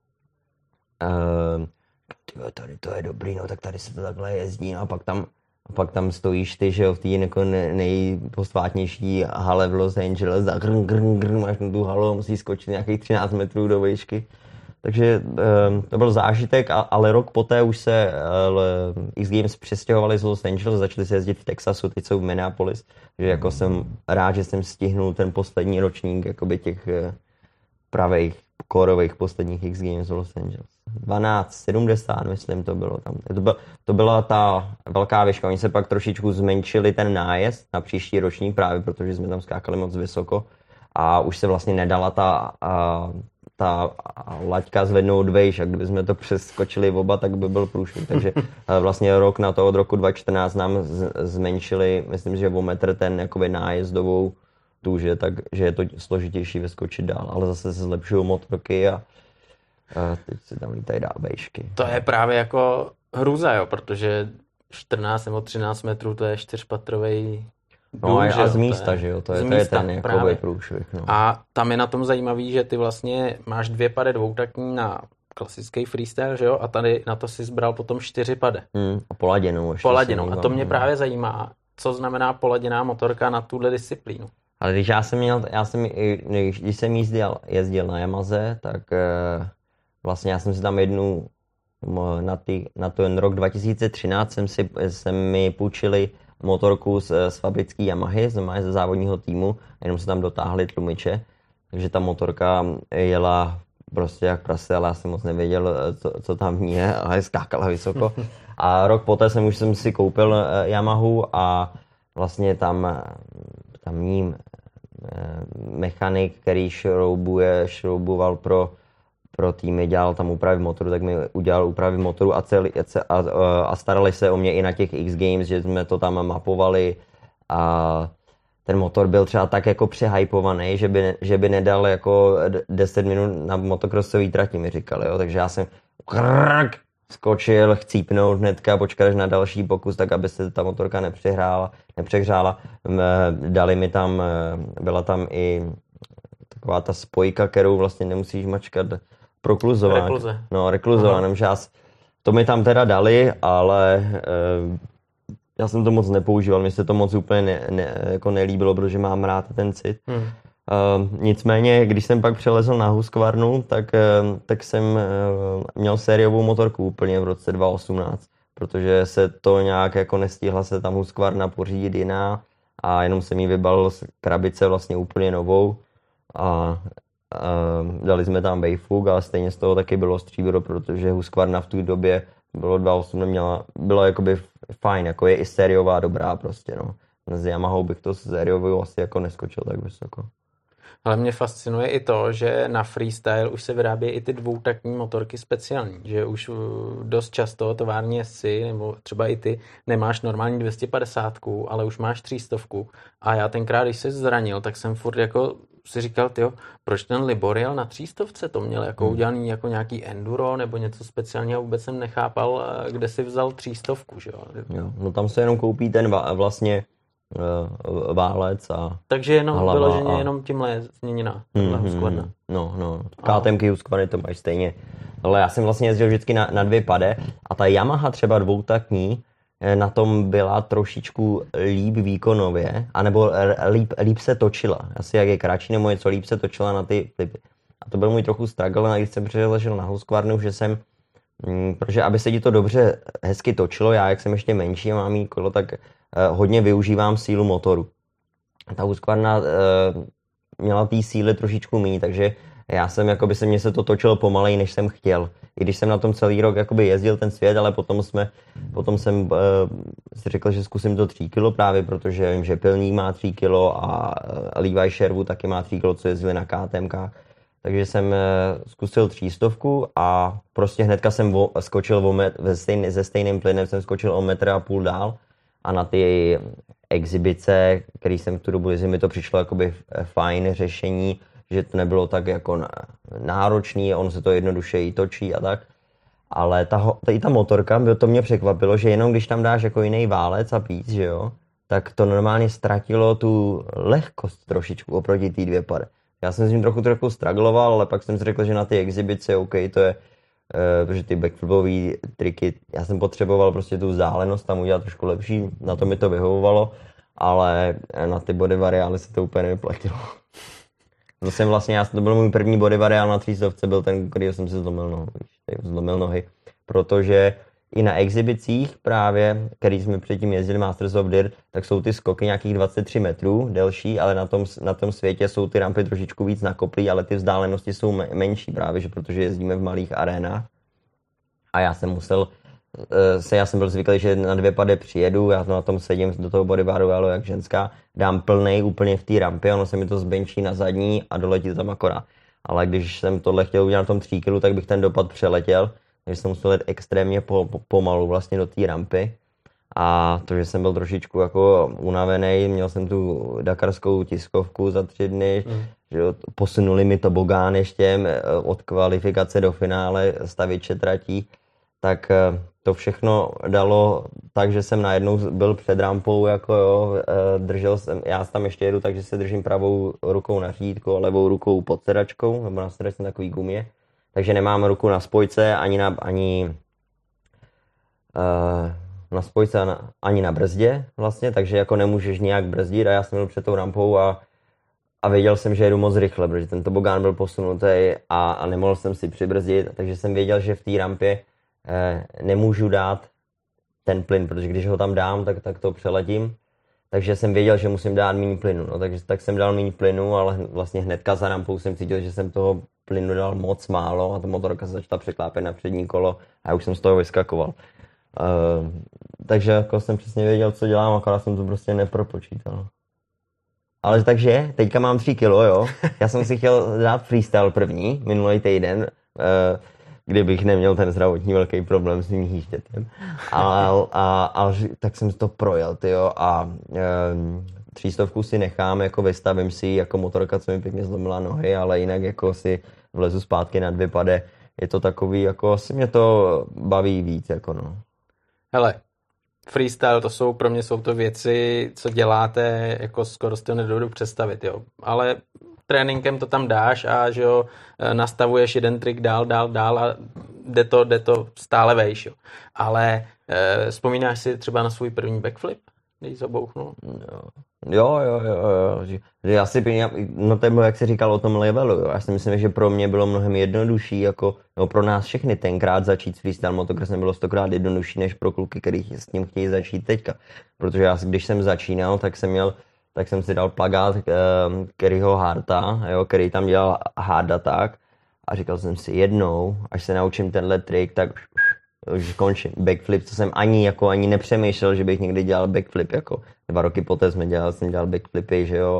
uh, tyjo, tady to je dobrý, no tak tady se to takhle jezdí, no a pak tam A pak tam stojíš ty, že jo, v té jako nejpostvátnější hale v Los Angeles a grn, grn, grn, máš na tu halu a musíš skočit nějakých třináct metrů do výšky. Takže um, to byl zážitek, a, ale rok poté už se uh, X Games přestěhovali z Los Angeles, začali se jezdit v Texasu, teď jsou v Minneapolis, takže jako jsem rád, že jsem stihnul ten poslední ročník jakoby těch uh, pravých, korových posledních X Games v Los Angeles. dvanáct sedmdesát, myslím, to bylo tam. To, byl, to byla ta velká výška. Oni se pak trošičku zmenšili ten nájezd na příští ročník právě, protože jsme tam skákali moc vysoko a už se vlastně nedala ta, a, ta laťka zvednout vejš a kdyby jsme to přeskočili oba, tak by byl průšvih. Takže vlastně rok na to od roku dva tisíce čtrnáct nám z, zmenšili, myslím, že o metr ten jakoby nájezdovou tůže, takže je to složitější vyskočit dál, ale zase se zlepšují motorky a a teď se tam lítají dál vejšky. To je právě jako hruza, jo, protože čtrnáct nebo třináct metrů to je čtyřpatrovej dům, no a, že a jo, z místa, to je, že jo, to je, z to je místa, ten jakoby průšvih. No. A tam je na tom zajímavý, že ty vlastně máš dvě pade dvoutakní na klasický freestyle, že jo, a tady na to si zbral potom čtyři pade. Hmm, a poladěnou. Poladěnou, a to mě právě zajímá, co znamená poladěná motorka na tuhle disciplínu. Ale když já jsem měl, já jsem, když jsem jezdil, jezdil na Yamaze, tak vlastně já jsem si tam jednu, na, ty, na ten rok dva tisíce třináct jsem si, jsem mi půjčili motorku z, z fabrické Yamahy, z, ze závodního týmu, jenom se tam dotáhli tlumiče, takže ta motorka jela prostě jak prase, ale já jsem moc nevěděl, co, co tam v ní je, ale skákala vysoko. A rok poté jsem už jsem si koupil Yamahu a vlastně tam tamní mechanik, který šroubuje, šrouboval pro pro týmy, dělal tam úpravy motoru, tak mi udělal úpravy motoru a, celý, a, a starali se o mě i na těch X Games, že jsme to tam mapovali a ten motor byl třeba tak jako přehypovaný, že by, že by nedal jako deset minut na motocrossový trati, mi říkali, jo, takže já jsem krrk, skočil, chcípnout hnedka, počkat na další pokus, tak aby se ta motorka nepřehrála, nepřehřála. Dali mi tam, byla tam i taková ta spojka, kterou vlastně nemusíš mačkat, prokluzován. Rekluze. No, rekluzován, že já, to mi tam teda dali, ale e, já jsem to moc nepoužíval, mně se to moc úplně ne, ne, jako nelíbilo, protože mám rád ten cit. Hmm. E, nicméně, když jsem pak přelezl na Husqvarnu, tak, e, tak jsem e, měl sériovou motorku úplně v roce dva tisíce osmnáct, protože se to nějak jako nestihla se tam Husqvarna pořídit jiná a jenom jsem jí vybalil z krabice vlastně úplně novou. A uh, dali jsme tam Bayfug, ale stejně z toho taky bylo stříbro, protože Husqvarna v té době bylo dva tisíce osm, měla, byla jakoby fajn, jako je i sériová dobrá prostě, no. S Yamahou bych to sériovou asi jako neskočil tak vysoko. Ale mě fascinuje i to, že na freestyle už se vyrábějí i ty dvoutaktní motorky speciální, že už dost často tovární jezdci, nebo třeba i ty, nemáš normální dvě stě padesát, ale už máš tři sta. A já tenkrát, když se zranil, tak jsem furt jako si říkal, tyjo, proč ten Libor jel na třístovce, to měl jako hmm. udělaný jako nějaký enduro nebo něco speciálního, vůbec jsem nechápal, kde si vzal třístovku, že jo. Jo, no tam se jenom koupí ten vlastně uh, válec a takže jenom vyloženě a... jenom tímhle je změněná hmm, Husqvarna. No, no, K T M ky Husqvarny to máš stejně. Ale já jsem vlastně jezdil vždycky na, na dvě pade a ta Yamaha třeba dvoutaktní na tom byla trošičku líp výkonově, anebo líp, líp se točila. Asi jak je kratší nebo něco, líp se točila na ty flipy. A to byl můj trochu struggle, když jsem přeležel na Husqvarnu, že jsem, mm, protože aby se ti to dobře hezky točilo, já jak jsem ještě menší a mám jí kolo, tak uh, hodně využívám sílu motoru. Ta Husqvarna uh, měla té síly trošičku méně, takže já jsem, jakoby se mně se to točilo pomalej, než jsem chtěl. I když jsem na tom celý rok jakoby jezdil ten svět, ale potom jsme, potom jsem uh, si řekl, že zkusím to tři kilo právě, protože vím, že Pilník má tři kilo a uh, Levi Sherwood taky má tři kilo, co jezdili na K T M kách. Takže jsem uh, zkusil třístovku a prostě hnedka jsem vo, skočil o met, ze, stejn, ze stejným plynem jsem skočil o metr a půl dál a na ty exibice, který jsem v tu dobu jezdil, mi to přišlo jakoby fajn řešení, že to nebylo tak jako náročný, on se to jednodušeji točí a tak. Ale ta, ta, i ta motorka, to mě překvapilo, že jenom když tam dáš jako jiný válec a píc, že jo, tak to normálně ztratilo tu lehkost trošičku oproti té dvě pade. Já jsem s tím trochu trochu stragloval, ale pak jsem si řekl, že na ty exibice, OK, to je, uh, protože ty backflipové triky, já jsem potřeboval prostě tu vzdálenost tam udělat trošku lepší, na to mi to vyhovovalo, ale na ty body variály se to úplně nevyplatilo. To jsem vlastně, já, to byl můj první body variál na třístovce, byl ten, který jsem si zlomil nohy, zlomil nohy, protože i na exhibicích právě, který jsme předtím jezdili Masters of Dirt, tak jsou ty skoky nějakých dvacet tři metrů delší, ale na tom, na tom světě jsou ty rampy trošičku víc nakoplý, ale ty vzdálenosti jsou menší právě, že protože jezdíme v malých arénách. A já jsem musel se, já jsem byl zvyklý, že na dvě pade přijedu, já na tom sedím do toho bodyvaru jak ženská, dám plnej úplně v té rampě, ono se mi to zbenčí na zadní a doletí tam akorát. Ale když jsem tohle chtěl udělat na tom tři kilu, tak bych ten dopad přeletěl, takže jsem musel jít extrémně po, po, pomalu vlastně do té rampy. A to, že jsem byl trošičku jako unavený, měl jsem tu dakarskou tiskovku za tři dny, mm. že posunuli mi tobogán ještě od kvalifikace do finále staviče tratí, tak to všechno dalo tak, že jsem najednou byl před rampou, jako jo, držel jsem, já tam ještě jedu, takže se držím pravou rukou na řídko, levou rukou pod sedačkou, nebo na sedačce takový gumě, takže nemám ruku na spojce, ani na, ani, uh, na spojce ani na brzdě vlastně, takže jako nemůžeš nějak brzdit a já jsem byl před tou rampou a, a věděl jsem, že jedu moc rychle, protože ten tobogán byl posunutý a, a nemohl jsem si přibrzdit, takže jsem věděl, že v té rampě eh, nemůžu dát ten plyn, protože když ho tam dám, tak, tak to přeletím. Takže jsem věděl, že musím dát méně plynu, no, takže tak jsem dal méně plynu, ale vlastně hnedka za rampou jsem cítil, že jsem toho plynu dal moc málo a ta motorka se začala překlápět na přední kolo a já už jsem z toho vyskakoval. Uh, takže jako jsem přesně věděl, co dělám, akorát jsem to prostě nepropočítal. Ale takže, teďka mám tři kilo, jo. Já jsem si chtěl dát freestyle první, minulý týden, uh, kdybych neměl ten zdravotní velký problém s mým hýštětem. A, a, a tak jsem to projel, tyjo, a um, třístovku si nechám, jako vystavím si jako motorka, co mi pěkně zlomila nohy, ale jinak jako si vlezu zpátky na dvě pade. Je to takový, jako asi mě to baví víc, jako no. Hele, freestyle, to jsou, pro mě jsou to věci, co děláte, jako skoro si to nedovedu představit, jo. Ale tréninkem to tam dáš a že jo, nastavuješ jeden trik dál, dál, dál a jde to, jde to stále vejš, jo. Ale eh, vzpomínáš si třeba na svůj první backflip, když zabouchnul? Jo. Jo, jo, jo, jo. Že, že já si, no to bylo, jak jsi říkal o tom levelu, jo. Já si myslím, že pro mě bylo mnohem jednodušší, jako, no pro nás všechny tenkrát začít s freestyle motocrossem bylo stokrát jednodušší, než pro kluky, který s tím chtějí začít teďka. Protože já, když jsem začínal, tak jsem měl, tak jsem si dal plagát uh, Kerryho Harta, jo, který tam dělal hard attack a říkal jsem si jednou, až se naučím tenhle trik, tak už končím. Backflip, to jsem ani jako ani nepřemýšlel, že bych někdy dělal backflip, jako dva roky poté jsme dělal, jsem dělal backflipy, že jo,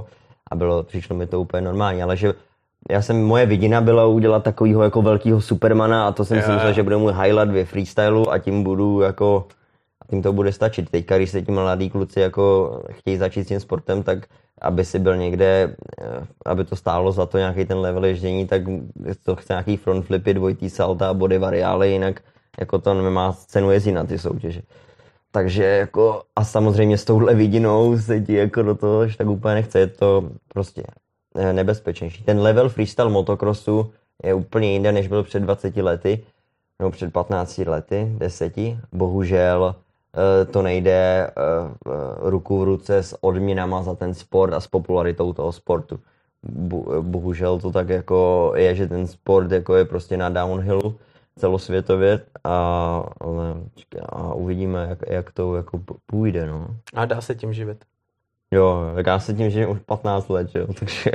a bylo, přišlo mi to úplně normální, ale že já jsem, moje vidina byla udělat takovýho jako velkýho supermana a to jsem yeah. si myslel, že bude můj highlight ve freestylu a tím budu jako, a tím to bude stačit. Teďka, když se ti mladí kluci jako chtějí začít s tím sportem, tak aby si byl někde, aby to stálo za to nějaký ten level ježdění, tak to chce nějaký front flipy, dvojitý salta, body variály, jinak jako to nemá cenu jezdit na ty soutěže. Takže jako, a samozřejmě s touhle vidinou se ti jako do toho tak úplně nechce, je to prostě nebezpečnější. Ten level freestyle motocrossu je úplně jinde, než byl před dvaceti lety, nebo před patnácti lety, deseti. Bohužel to nejde ruku v ruce s odměnama za ten sport a s popularitou toho sportu. Bohužel to tak jako je, že ten sport jako je prostě na downhillu celosvětově a, a uvidíme, jak, jak to jako půjde. No. A dá se tím živit? Jo, tak já se tím živím už patnáct let, jo, takže...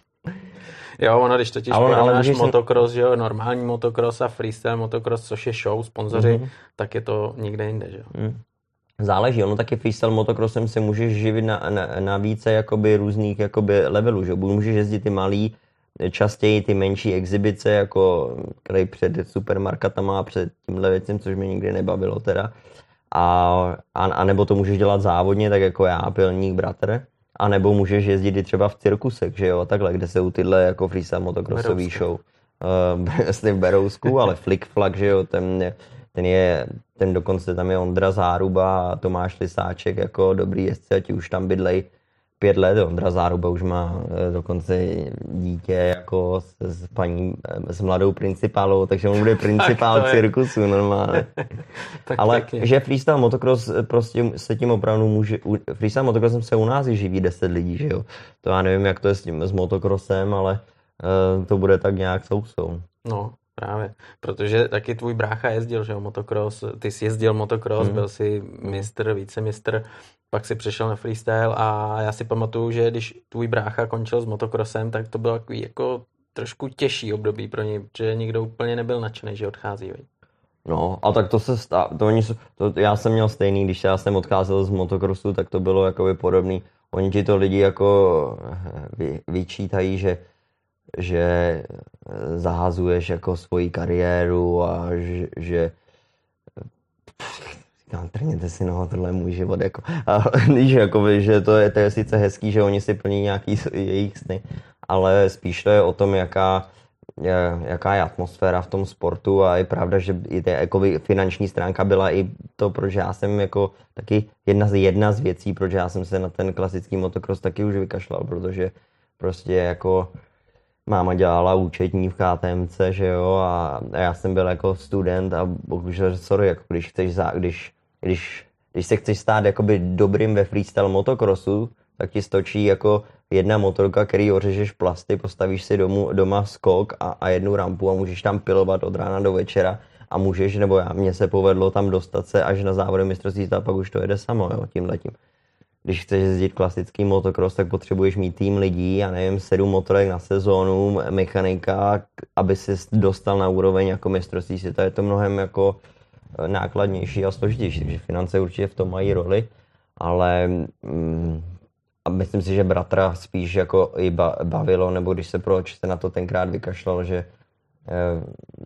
Jo, ono, když totiž porovnáš motocross, že jo, normální motocross a freestyle motocross, což je show, sponzoři, mm-hmm. tak je to někde jinde, že jo. Mm. Záleží, ono taky freestyle motocrossem se můžeš živit na, na, na více jakoby různých jakoby levelů, že jo, můžeš jezdit ty malý, častěji ty menší exibice, jako který před supermarketama a před tímhle věcem, což mě nikdy nebavilo teda. A, a, a nebo to můžeš dělat závodně, tak jako já, Pilník, bratr. A nebo můžeš jezdit i třeba v cirkusech, že jo, takhle, kde jsou tyhle jako freestyle motocrossový show. Uh, v Berousku, ale Flick Flag, že jo, ten, ten je, ten dokonce tam je Ondra Záruba a Tomáš Lisáček, jako dobrý jezdci, ať už tam bydlej pět let. Ondra Záruba už má dokonce dítě jako s, s paní, s mladou principálou, takže on bude principál cirkusu normálně. Ale pěkně. Že freestyle motocross prostě se tím opravdu může, freestyle motocrossem se u nás i živí deset lidí, že jo. To já nevím, jak to je s tím, s motocrossem, ale uh, to bude tak nějak sousou. No. Právě, protože taky tvůj brácha jezdil, že jo, motocross, ty jsi jezdil motocross, mm. byl jsi mistr, vícemistr, pak si přešel na freestyle a já si pamatuju, že když tvůj brácha končil s motocrossem, tak to bylo takový jako trošku těžší období pro něj, protože nikdo úplně nebyl nadšený, že odchází. Veď. No, a tak to se stá, to oni, to, já jsem měl stejný, když já jsem odcházel z motocrossu, tak to bylo jakoby podobný. Oni ti to lidi jako vy, vyčítají, že že zahazuješ jako svoji kariéru a že, že říkám, trhněte si noho, tohle je můj život, jako, a víš, jako, že to je, to je sice hezký, že oni si plní nějaký jejich sny, ale spíš to je o tom, jaká, jaká je atmosféra v tom sportu a je pravda, že i ta jako finanční stránka byla i to, proč já jsem jako taky jedna z, jedna z věcí, proč já jsem se na ten klasický motocross taky už vykašlal, protože prostě jako máma dělala účetní v K T M C, že jo, a já jsem byl jako student a bohužel, sorry, jako když chceš, za, když, když, když se chceš stát jakoby dobrým ve freestyle motocrossu, tak ti stočí jako jedna motorka, který ořežeš plasty, postavíš si domů, doma skok a, a jednu rampu a můžeš tam pilovat od rána do večera a můžeš, nebo já, mně se povedlo tam dostat se až na závody mistrovství a pak už to jede samo, jo, tímhletím. Když chceš jezdit klasický motocross, tak potřebuješ mít tým lidí, já nevím, sedm motorek na sezónu, mechanika, aby si dostal na úroveň jako mistrovství světa. Je to mnohem jako nákladnější a složitější, takže finance určitě v tom mají roli, ale mm, a myslím si, že bratra spíš jako i bavilo, nebo když se proč se na to tenkrát vykašlal, že eh,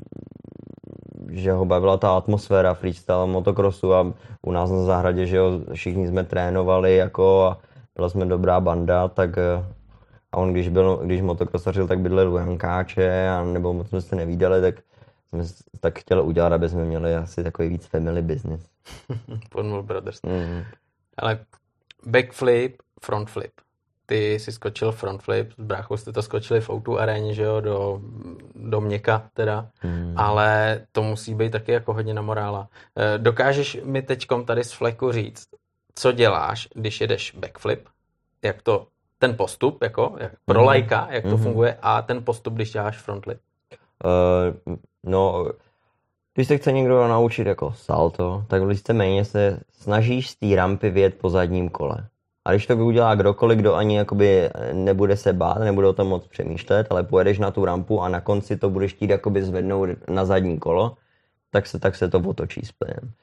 že ho bavila ta atmosféra freestyle motocrossu a u nás na zahradě, že jo, všichni jsme trénovali jako a byla jsme dobrá banda, tak a on když byl, když motocrossařil, tak bydlel u Jankáče a nebo moc jsme se nevídali, tak jsme tak chtěli udělat, aby jsme měli asi takový víc family business. Podmul Brothers. Mm. Ale backflip, frontflip. Ty si skočil frontflip, s bráchou jste to skočili v ó dva aréně, že jo, do, do měka teda, hmm. ale to musí být taky jako hodně na morála. Dokážeš mi teďkom tady z fleku říct, co děláš, když jedeš backflip, jak to, ten postup, jako, jak, pro hmm. lajka, jak to hmm. funguje a ten postup, když děláš frontflip? Uh, no, když se chce někdo naučit jako salto, tak víceméně se snažíš z té rampy vyjet po zadním kole. A když to udělá kdokoliv, kdo ani jakoby nebude se bát, nebude o tom moc přemýšlet, ale pojedeš na tu rampu a na konci to budeš chtít jakoby zvednout na zadní kolo, tak se, tak se to otočí s plynem.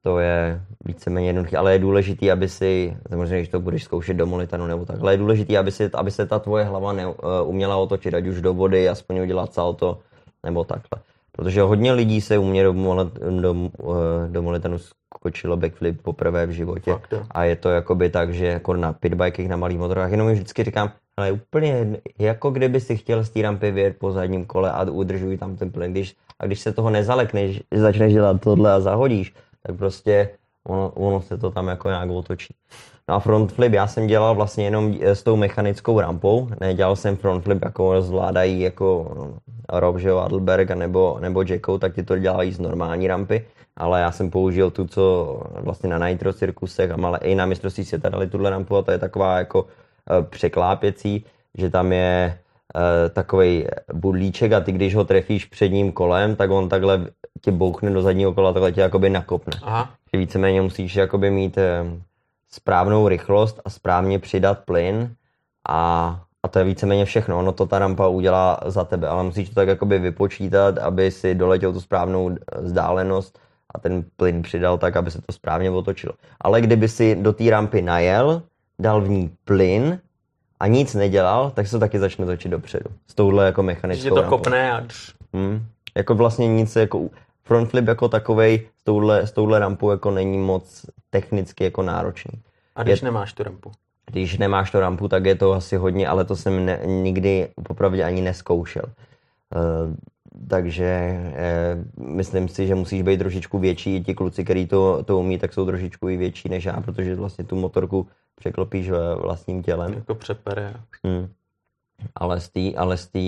to je víceméně jednoduché, ale je důležitý, aby si, samozřejmě, když to budeš zkoušet do Molitanu nebo tak, ale je důležitý, aby, si, aby se ta tvoje hlava ne, uh, uměla otočit, ať už do vody, aspoň udělat salto, nebo takhle. Protože hodně lidí se u mě do, do, uh, do Molitanu skočilo backflip poprvé v životě. Fakt, a je to jakoby tak, že jako na pitbikech, na malých motorách, jenom vždycky říkám, ale úplně jako kdyby si chtěl z té rampy vyjet po zadním kole a udržuj tam ten plyn. Když, a když se toho nezalekneš, že začneš dělat tohle a zahodíš, tak prostě ono, ono se to tam jako nějak otočí. No a front flip já jsem dělal vlastně jenom s tou mechanickou rampou, nedělal jsem front flip, jako zvládají jako Rob, že jo, Adelberg nebo, nebo Jacko, tak ty to dělají z normální rampy, ale já jsem použil tu, co vlastně na Nitro cirkusech, ale i na mistrovství světa dali tuhle rampu a to je taková jako překlápěcí, že tam je uh, takovej budlíček a ty když ho trefíš předním kolem, tak on takhle tě bouchne do zadního kola, takhle tě jakoby nakopne. Aha. Že víceméně musíš jakoby mít uh, správnou rychlost a správně přidat plyn a, a to je víceméně všechno. Ono to ta rampa udělá za tebe, ale musíš to tak jakoby vypočítat, aby si doletěl tu správnou vzdálenost a ten plyn přidal tak, aby se to správně otočilo. Ale kdyby si do té rampy najel, dal v ní plyn a nic nedělal, tak se to taky začne točit dopředu. S touhle jako mechanickou Že to rampou. kopne a... Hmm. Jako vlastně nic, jako front flip jako takovej s touhle, s touhle rampou jako není moc technicky jako náročný. A když je, nemáš tu rampu? Když nemáš tu rampu, tak je to asi hodně, ale to jsem ne, nikdy popravdě ani neskoušel. Uh, takže uh, myslím si, že musíš být trošičku větší. Ti kluci, kteří to, to umí, tak jsou trošičku i větší než já, protože vlastně tu motorku překlopíš vlastním tělem. Jako přepere. Hmm. Ale z té ale z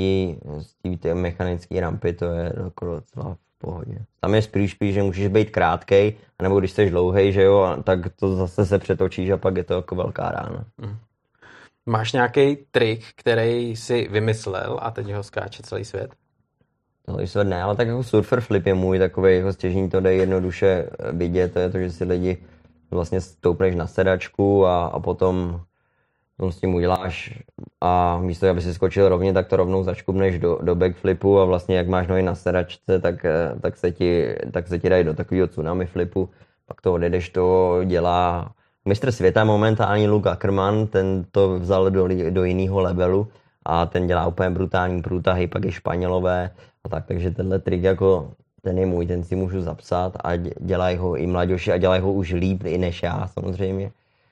z té mechanické rampy to je jako docela v pohodě. Tam je spíš spíš, že můžeš být krátkej, nebo když jsi dlouhej, že jo, tak to zase se přetočíš a pak je to jako velká rána. Hmm. Máš nějaký trik, který jsi vymyslel a teď ho skáče celý svět? Celý svět ne, ale tak jako surfer flip je můj takový jako stěžení, to jde jednoduše vidět, to je to, že si lidi vlastně stoupneš na sedačku a, a potom s tím uděláš a místo, aby si skočil rovně, tak to rovnou začkubneš do, do backflipu a vlastně jak máš nohy na sedačce, tak, tak, se ti, tak se ti dají do takového tsunami flipu, pak to odjedeš, to dělá mistr světa momentální Luke Ackerman, ten to vzal do, do jiného levelu a ten dělá úplně brutální průtahy, pak je Španělové a tak, takže tenhle trik jako ten je můj, ten si můžu zapsat a dělají ho i mladěši a dělají ho už líp i než já samozřejmě.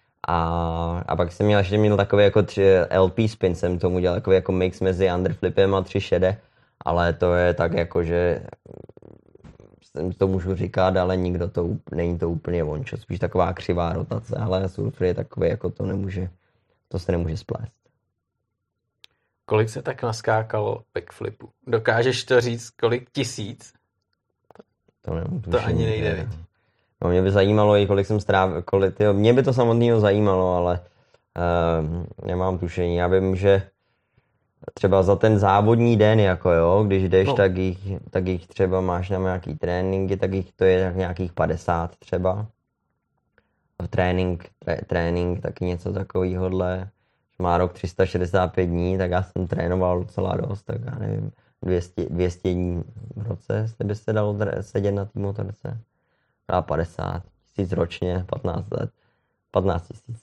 A, a pak jsem měl ještě měl takový jako tři L P spin, jsem tomu dělal takový jako mix mezi underflipem a tři šede, ale to je tak jako, že to můžu říkat, ale nikdo to, není to úplně vončo, spíš taková křivá rotace, ale surfer je takový, jako to nemůže, to se nemůže splést. Kolik se tak naskákalo backflipu? Dokážeš to říct, kolik tisíc? To, nemůžu, to ani nejde, viď? No, mě by zajímalo i kolik jsem strávil, kolik, tyjo, mě by to samotného zajímalo, ale uh, nemám tušení. Já vím, že třeba za ten závodní den, jako jo, když jdeš, no. tak, jich, tak jich třeba máš na nějaký tréninky, tak jich to je tak nějakých padesát třeba. Trénink, tré, trénink, taky něco takovýhodle. Má rok tři sta šedesát pět dní, tak já jsem trénoval docela dost, tak já nevím, dvě stě dní v roce, jestli by se dalo sedět na té motorce. A padesát tisíc ročně, patnáct let, patnáct tisíc.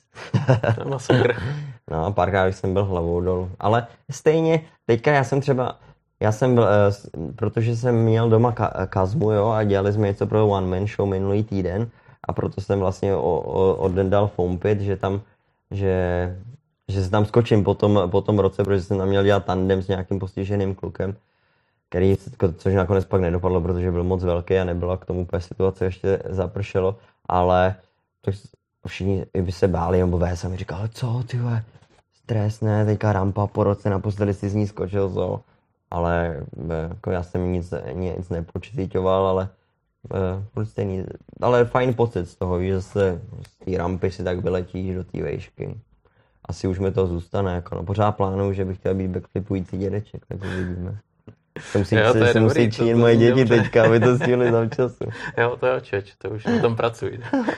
No a párkrát jsem byl hlavou dolů. Ale stejně, teďka já jsem třeba, já jsem byl, protože jsem měl doma Kazmu, jo, a dělali jsme něco pro One Man Show minulý týden a proto jsem vlastně oddal foam pit, že tam, že, že se tam skočím po tom, po tom roce, protože jsem tam měl dělat tandem s nějakým postiženým klukem, který, což nakonec pak nedopadlo, protože byl moc velký a nebyla k tomu úplně situace, ještě zapršelo, ale to všichni by se báli, nebo Vés a mi říkal, co ty vole, stres, ne, teďka rampa po roce, naposledy si z ní skočil, co, ale jako já jsem nic, nic nepocitoval, ale stejný, ale fajn pocit z toho, že se z té rampy si tak vyletíš do té vejšky. Asi už mi to zůstane, jako no, pořád plánuju, že bych chtěl být backflipující dědeček, tak uvidíme. Se musí, jo, se, se musí činit moje děti dobře. Teďka, aby to stihli za času. Jo, to jo, čeč, to už na tom pracuji.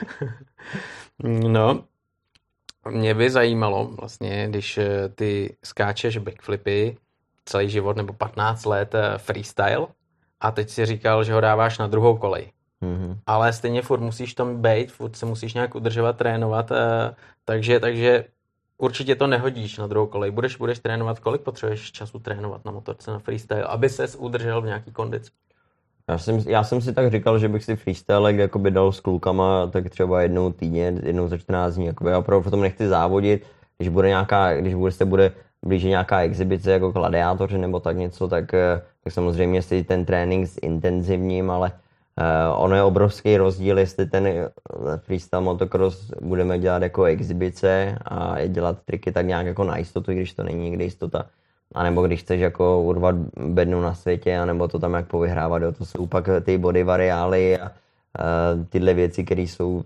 No, mě by zajímalo vlastně, když ty skáčeš backflipy celý život nebo patnáct let freestyle a teď si říkal, že ho dáváš na druhou kolej. Mm-hmm. Ale stejně furt musíš tam být, furt se musíš nějak udržovat, trénovat, takže, takže určitě to nehodíš na druhou kolej. Budeš, budeš trénovat, kolik potřebuješ času trénovat na motorce, na freestyle, aby ses udržel v nějaký kondici? Já jsem, já jsem si tak říkal, že bych si freestyle jakoby dal s klukama tak třeba jednou týdně, jednou za čtrnáct dní. Jakoby. Já opravdu potom nechci závodit, když bude nějaká, když bude, se bude blíže nějaká exibice jako gladiátoři nebo tak něco, tak, tak samozřejmě si ten trénink zintenzivním, ale uh, ono je obrovský rozdíl, jestli ten freestyle motocross budeme dělat jako exibice a dělat triky tak nějak jako na jistotu, když to není někde jistota. A nebo když chceš jako urvat bednu na světě, anebo to tam jak povyhrávat, jo. To jsou pak ty body variály a uh, tyhle věci, které jsou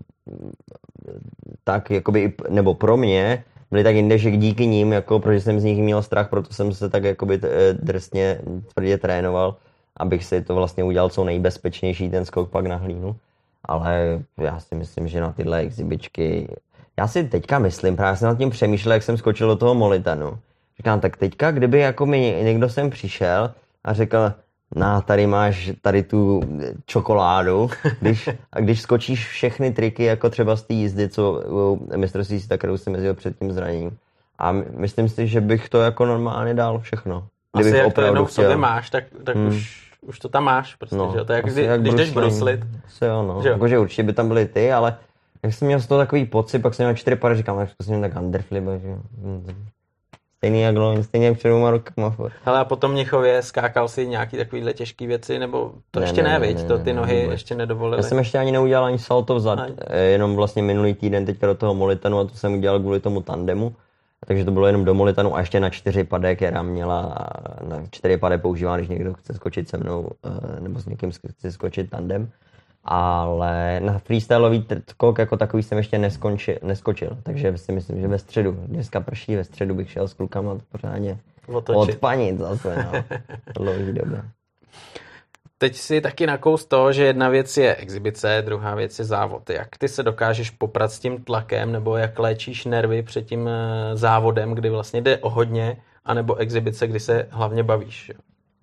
tak jakoby, nebo pro mě byly tak jinde, že díky nim, jako, protože jsem z nich měl strach, proto jsem se tak jakoby drsně tvrdě trénoval, abych si to vlastně udělal co nejbezpečnější ten skok pak na hlínu. Ale já si myslím, že na tyhle exibičky, já si teďka myslím, právě jsem nad tím přemýšlel, jak jsem skočil do toho Molitanu. Říkám, tak teďka, kdyby jako mi někdo sem přišel a řekl, na, tady máš tady tu čokoládu, když, a když skočíš všechny triky, jako třeba z té jízdy, co mistrovství světa, kterou jsem jezdil před tím zraněním. A myslím si, že bych to jako normálně dal všechno. Asi jak to jednou v sobě máš, tak, tak hmm. už, už to tam máš prostě, no, že? To je jak, kdy, jak když jdeš bruslit. Asi jo, no. Jakože určitě by tam byly ty, ale jak jsem měl z toho takový pocit, pak jsem měl čtyři pady, říkám, jak jsem měl tak underflip, že stejný jak loň, stejně jak před dvěma rokama. Hele, a potom Mnichově skákal si nějaký takovýhle těžký věci, nebo to ne, ještě ne, ne, viď? Ne, to ty nohy ne, ještě nedovolily? Já jsem ještě ani neudělal ani salto vzad, Aj. jenom vlastně minulý týden teďka do toho Molitanu a to jsem udělal kvůli tomu tandemu. Takže to bylo jenom do Molitanu a ještě na čtyři pade, která měla, na čtyři pade používám, když někdo chce skočit se mnou, nebo s někým chce skočit tandem. Ale na freestyleový skok jako takový jsem ještě neskončil, neskočil, takže si myslím, že ve středu, dneska prší, ve středu bych šel s klukama pořádně odpanit zase, no, dlouhý době. Teď si taky nakous to, že jedna věc je exibice, druhá věc je závod. Jak ty se dokážeš poprat s tím tlakem, nebo jak léčíš nervy před tím závodem, kdy vlastně jde o hodně, anebo exibice, kdy se hlavně bavíš?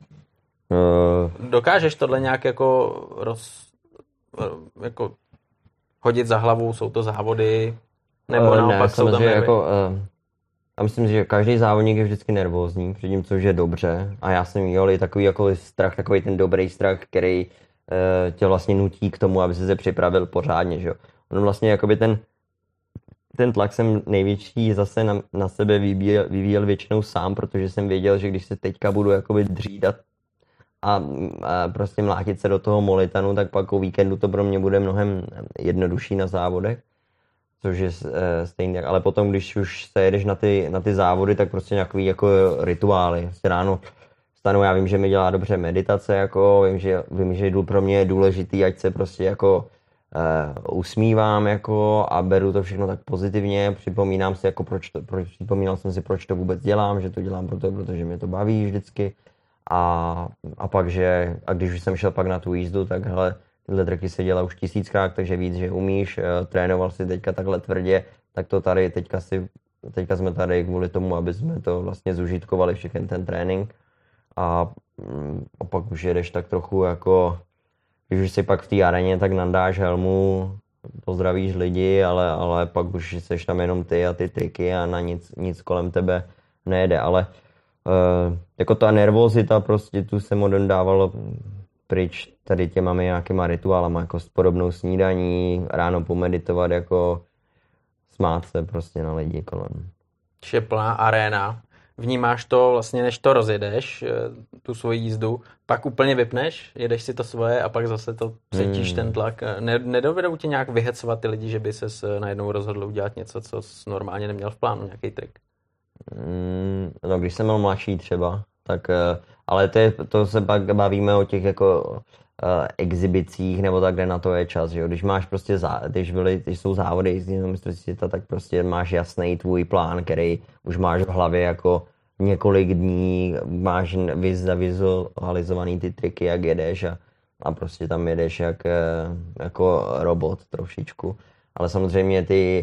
Uh... Dokážeš tohle nějak jako roz... jako hodit za hlavu, jsou to závody, nebo uh, naopak ne, jsou tam nervy? Jako, uh, já myslím, že každý závodník je vždycky nervózní, předtím, což je dobře. A já jsem měl i takový jako strach, takový ten dobrý strach, který uh, tě vlastně nutí k tomu, aby se připravil pořádně, že jo. On vlastně jakoby ten, ten tlak jsem největší zase na, na sebe vyvíjel, vyvíjel většinou sám, protože jsem věděl, že když se teďka budu jakoby dřídat a, a prostě mlátit se do toho Molitanu, tak pak o víkendu to pro mě bude mnohem jednodušší na závodech, což je e, stejně, ale potom, když už se jedeš na ty, na ty závody, tak prostě nějaký jako rituály. Prostě ráno vstanu, já vím, že mi dělá dobře meditace, jako vím, že, vím, že pro mě je důležitý, ať se prostě jako e, usmívám jako a beru to všechno tak pozitivně, připomínám si, jako proč to, proč, připomínal jsem si, proč to vůbec dělám, že to dělám proto, protože mě to baví vždycky. A, a pak, že, a když už jsem šel pak na tu jízdu, tak hele, tyhle triky se dělá už tisíckrát, takže víc, že umíš, trénoval si teďka takhle tvrdě, tak to tady, teďka, si, teďka jsme tady kvůli tomu, aby jsme to vlastně zužitkovali všechny ten trénink. A, a pak už jedeš tak trochu jako, když už si pak v té areně, tak nandáš helmu, pozdravíš lidi, ale, ale pak už seš tam jenom ty a ty triky a na nic, nic kolem tebe nejde, ale Uh, jako ta nervozita prostě tu jsem odendával pryč tady těma nějakýma rituálama, jako s podobnou snídaní, ráno pomeditovat, jako smát se prostě na lidi kolem. Je plná aréna. Vnímáš to vlastně, než to rozjedeš, tu svoji jízdu, pak úplně vypneš, jedeš si to svoje a pak zase to cítíš hmm. ten tlak. Ne, nedovedou tě nějak vyhecovat ty lidi, že by ses najednou rozhodl udělat něco, co jsi normálně neměl v plánu, nějaký trik? Mm, no, když jsem byl mladší třeba, tak, ale to, je, to se pak bavíme o těch jako uh, exhibicích nebo tak, kde na to je čas, že jo. Když máš prostě, zá, když, byly, když jsou závody jízdní na mistrovství světa, tak prostě máš jasný tvůj plán, který už máš v hlavě jako několik dní, máš vizualizovaný ty triky, jak jedeš a, a prostě tam jedeš jak, jako robot trošičku. Ale samozřejmě ty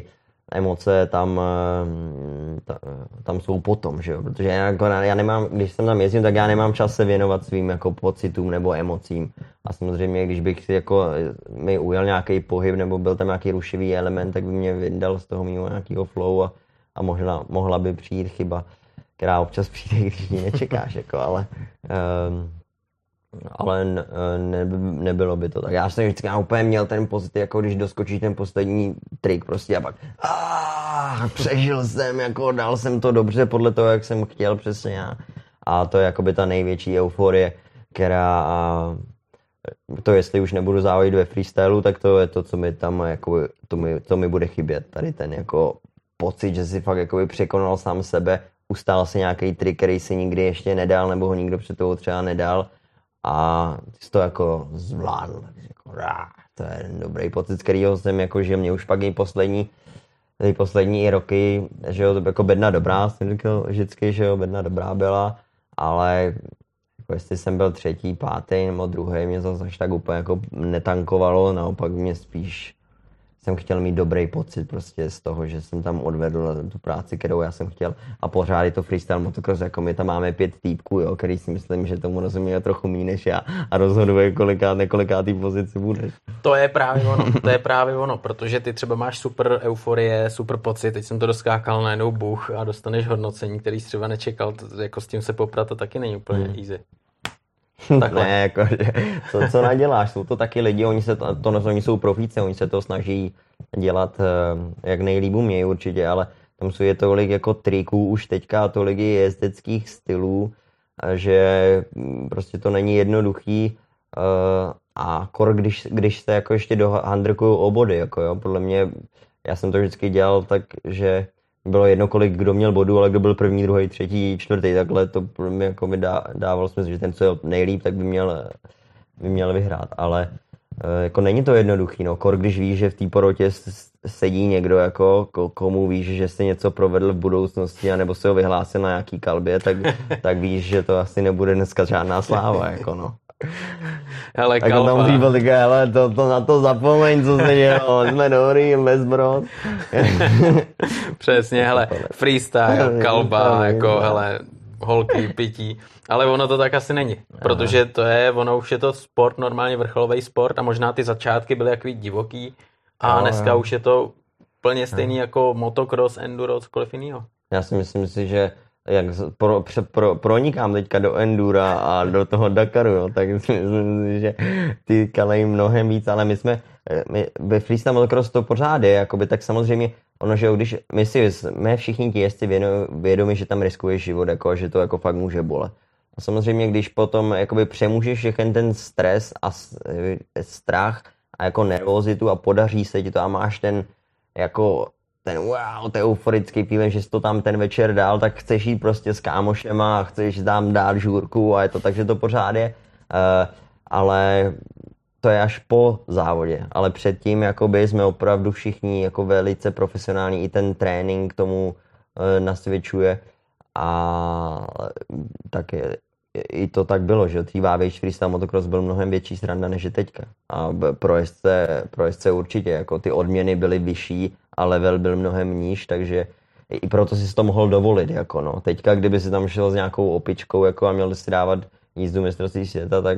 emoce tam, ta, tam jsou potom, že jo, protože já, jako, já nemám, když jsem tam jezdím, tak já nemám čas se věnovat svým jako pocitům nebo emocím a samozřejmě, když bych si jako mi ujel nějaký pohyb nebo byl tam nějaký rušivý element, tak by mě vydal z toho mimo nějakého flow a, a možná, mohla by přijít chyba, která občas přijde, když ji nečekáš, jako, ale um, ale ne, nebylo by to tak. Já jsem vždycky já úplně měl ten pocit, jako když doskočí ten poslední trik prostě a pak aaa, přežil jsem, jako dal jsem to dobře podle toho, jak jsem chtěl přesně já. A to je jakoby ta největší euforie, která a to jestli už nebudu závodit ve freestylu, tak to je to, co mi tam jako, to mi, to mi bude chybět. Tady ten jako pocit, že si fakt jakoby překonal sám sebe, ustál si nějaký trik, který si nikdy ještě nedal, nebo ho nikdo před toho třeba nedal. A ty jsi to jako zvládl. Jako, rá, to je dobrý pocit, z kterýho jsem jako, že mě už pak i poslední, i poslední roky, že jo, jako bedna dobrá, jsem říkal vždycky, že jo, bedna dobrá byla, ale jako jestli jsem byl třetí, pátý nebo druhý, mě zase až tak úplně jako netankovalo, naopak mě spíš jsem chtěl mít dobrý pocit prostě z toho, že jsem tam odvedl tu práci, kterou já jsem chtěl a pořád je to freestyle motocross, jako my tam máme pět týpků, jo, který si myslím, že tomu rozumí trochu méně než já a rozhoduje kolikát, nekolikátý pozici budeš. To je právě ono, to je právě ono, protože ty třeba máš super euforie, super pocit, teď jsem to doskákal najednou buch a dostaneš hodnocení, který jsi třeba nečekal, to, jako s tím se poprat to taky není úplně hmm. easy. Takhle. Ne, jako, co, co naděláš, jsou to taky lidi, oni, se to, to, oni jsou profíci, oni se to snaží dělat jak nejlíp umějí určitě, ale tam jsou je tolik jako triků už teďka, tolik jezdeckých stylů, že prostě to není jednoduchý a kor, když, když se jako ještě dohandrkují obody, jako jo, podle mě, já jsem to vždycky dělal tak, že bylo jedno, kolik kdo měl bodů, ale kdo byl první, druhý, třetí, čtvrtý, takhle to pro mě jako mi dá, dávalo smysl, že ten, co je nejlíp, tak by měl, by měl vyhrát, ale jako není to jednoduchý, no, kor když víš, že v té porotě sedí někdo, jako komu víš, že si něco provedl v budoucnosti, anebo se ho vyhlásil na nějaký kalbě, tak, tak víš, že to asi nebude dneska žádná sláva, jako no. Hele, tak tam dříval, tak hele, to, to na to zapomeň, co se dělo, jsme dobrý, lesbrod. Přesně, hele, freestyle, kalba, jako, hele, holky, pití, ale ono to tak asi není, protože to je, ono už je to sport, normálně vrcholový sport a možná ty začátky byly takový divoký a dneska už je to plně stejný jako motocross, enduro, cokoliv jiného. Já si myslím si, že jak pro, pro, pronikám teďka do endura a do toho Dakaru, jo, tak myslím si, že ty kalejí mnohem víc, ale my jsme, my, ve freestyle motocross to pořád je, jakoby, tak samozřejmě ono, že když my si jsme všichni ti jezdci vědomi, že tam riskuješ život, jako, že to jako fakt může bolet. A samozřejmě, když potom jakoby přemůžeš všechny ten stres a strach a jako nervozitu a podaří se ti to a máš ten jako ten wow, to je euforický feeling, že jsi to tam ten večer dál, tak chceš jít prostě s kámošema a chceš tam dát žůrku a je to tak, že to pořád je, uh, ale to je až po závodě, ale předtím jakoby jsme opravdu všichni jako velice profesionální, i ten trénink tomu uh, nasvědčuje a tak je, i to tak bylo, že dřív větší freestyle motocross byl mnohem větší sranda než je teďka a pro jezdce, pro jezdce určitě, jako ty odměny byly vyšší a level byl mnohem níž, takže i proto si to mohl dovolit, jako no. Teďka, kdyby si tam šel s nějakou opičkou jako a měl si dávat jízdu mistrovství světa, tak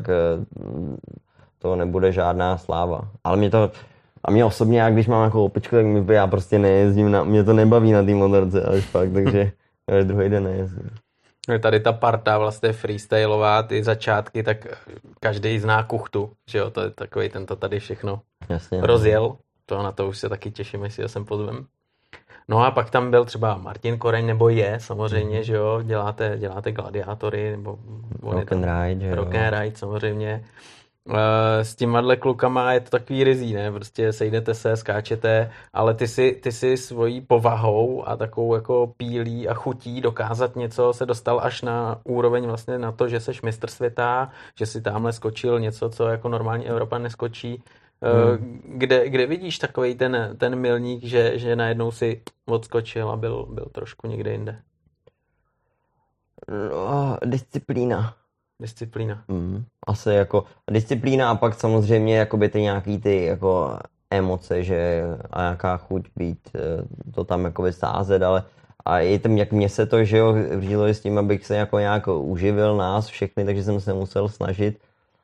to nebude žádná sláva. Ale mě to, a mě osobně, já když mám nějakou opičku, tak mi, já prostě nejezdím, na, mě to nebaví na té motorce až fakt, takže druhý den nejezdím. Tady ta parta vlastně freestylová, ty začátky, tak každý zná Kuchtu, že jo, to je takový, ten to tady všechno Jasně, rozjel. To na to už se taky těším, jestli ho sem pozvem. No a pak tam byl třeba Martin Koreň, nebo je samozřejmě, mm. že jo, děláte, děláte gladiátory, nebo Rock and Ride, že jo. Rock and Ride samozřejmě. S těma klukama je to takový rizí, ne? Prostě sejdete se, skáčete, ale ty si, ty si svojí povahou a takovou jako pílí a chutí dokázat něco se dostal až na úroveň vlastně na to, že seš mistr světa, že si tamhle skočil něco, co jako normální Evropa neskočí. Hmm. Kde, kde vidíš takovej ten, ten milník, že, že najednou si odskočil a byl, byl trošku někde jinde? No, disciplína. Disciplína. Mm, asi jako disciplína a pak samozřejmě jakoby ty nějaký ty jako emoce, že a nějaká chuť být, to tam jako vysázet, ale a i tím, jak mě se to, že jo, řídilo s tím, abych se jako nějak uživil nás všechny, takže jsem se musel snažit.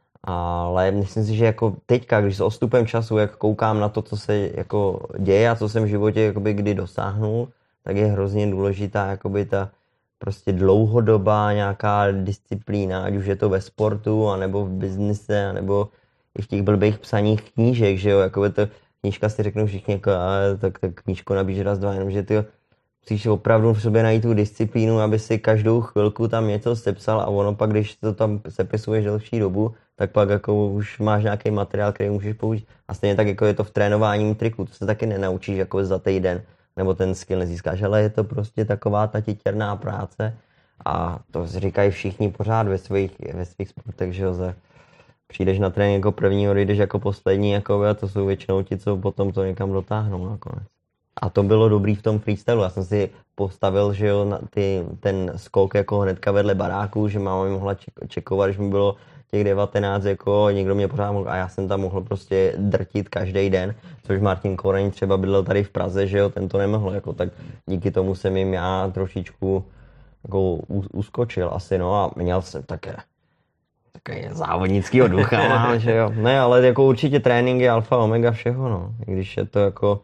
Ale myslím si, že jako teďka, když s odstupem času, jak koukám na to, co se jako děje a co jsem v životě jakoby kdy dosáhnul, tak je hrozně důležitá jakoby ta prostě dlouhodobá nějaká disciplína, ať už je to ve sportu, anebo v biznise, anebo i v těch blbých psaních knížek, že jo, jakoby to knížka si řeknou všichni, jako, a, tak, tak knížko nabíž raz, dva, jenomže ty musíš opravdu v sobě najít tu disciplínu, aby si každou chvilku tam něco sepsal a ono pak, když to tam sepisuješ delší dobu, tak pak jako už máš nějaký materiál, který můžeš použít. A stejně tak jako je to v trénování triku, to se taky nenaučíš jako za týden, nebo ten skill nezískáš, ale je to prostě taková ta titěrná práce a to říkají všichni pořád ve svých, ve svých sportech, že jo, za přijdeš na trénink jako první, odejdeš jako poslední, jako a to jsou většinou ti, co potom to někam dotáhnou nakonec. A to bylo dobrý v tom freestylu. Já jsem si postavil, že jo, na ty, ten skok jako hnedka vedle baráku, že máma mi mohla čekovat, když mi bylo těch devatenáct, jako někdo mě pořád mohl, a já jsem tam mohl prostě drtit každý den, což Martin Koreň třeba bydlel tady v Praze, že jo, ten to nemohl, jako, tak díky tomu jsem jim já trošičku jako uskočil asi, no, a měl jsem také takový závodnickýho ducha mám, že jo. Ne, ale jako určitě trénink je alfa omega všeho, no, i když je to jako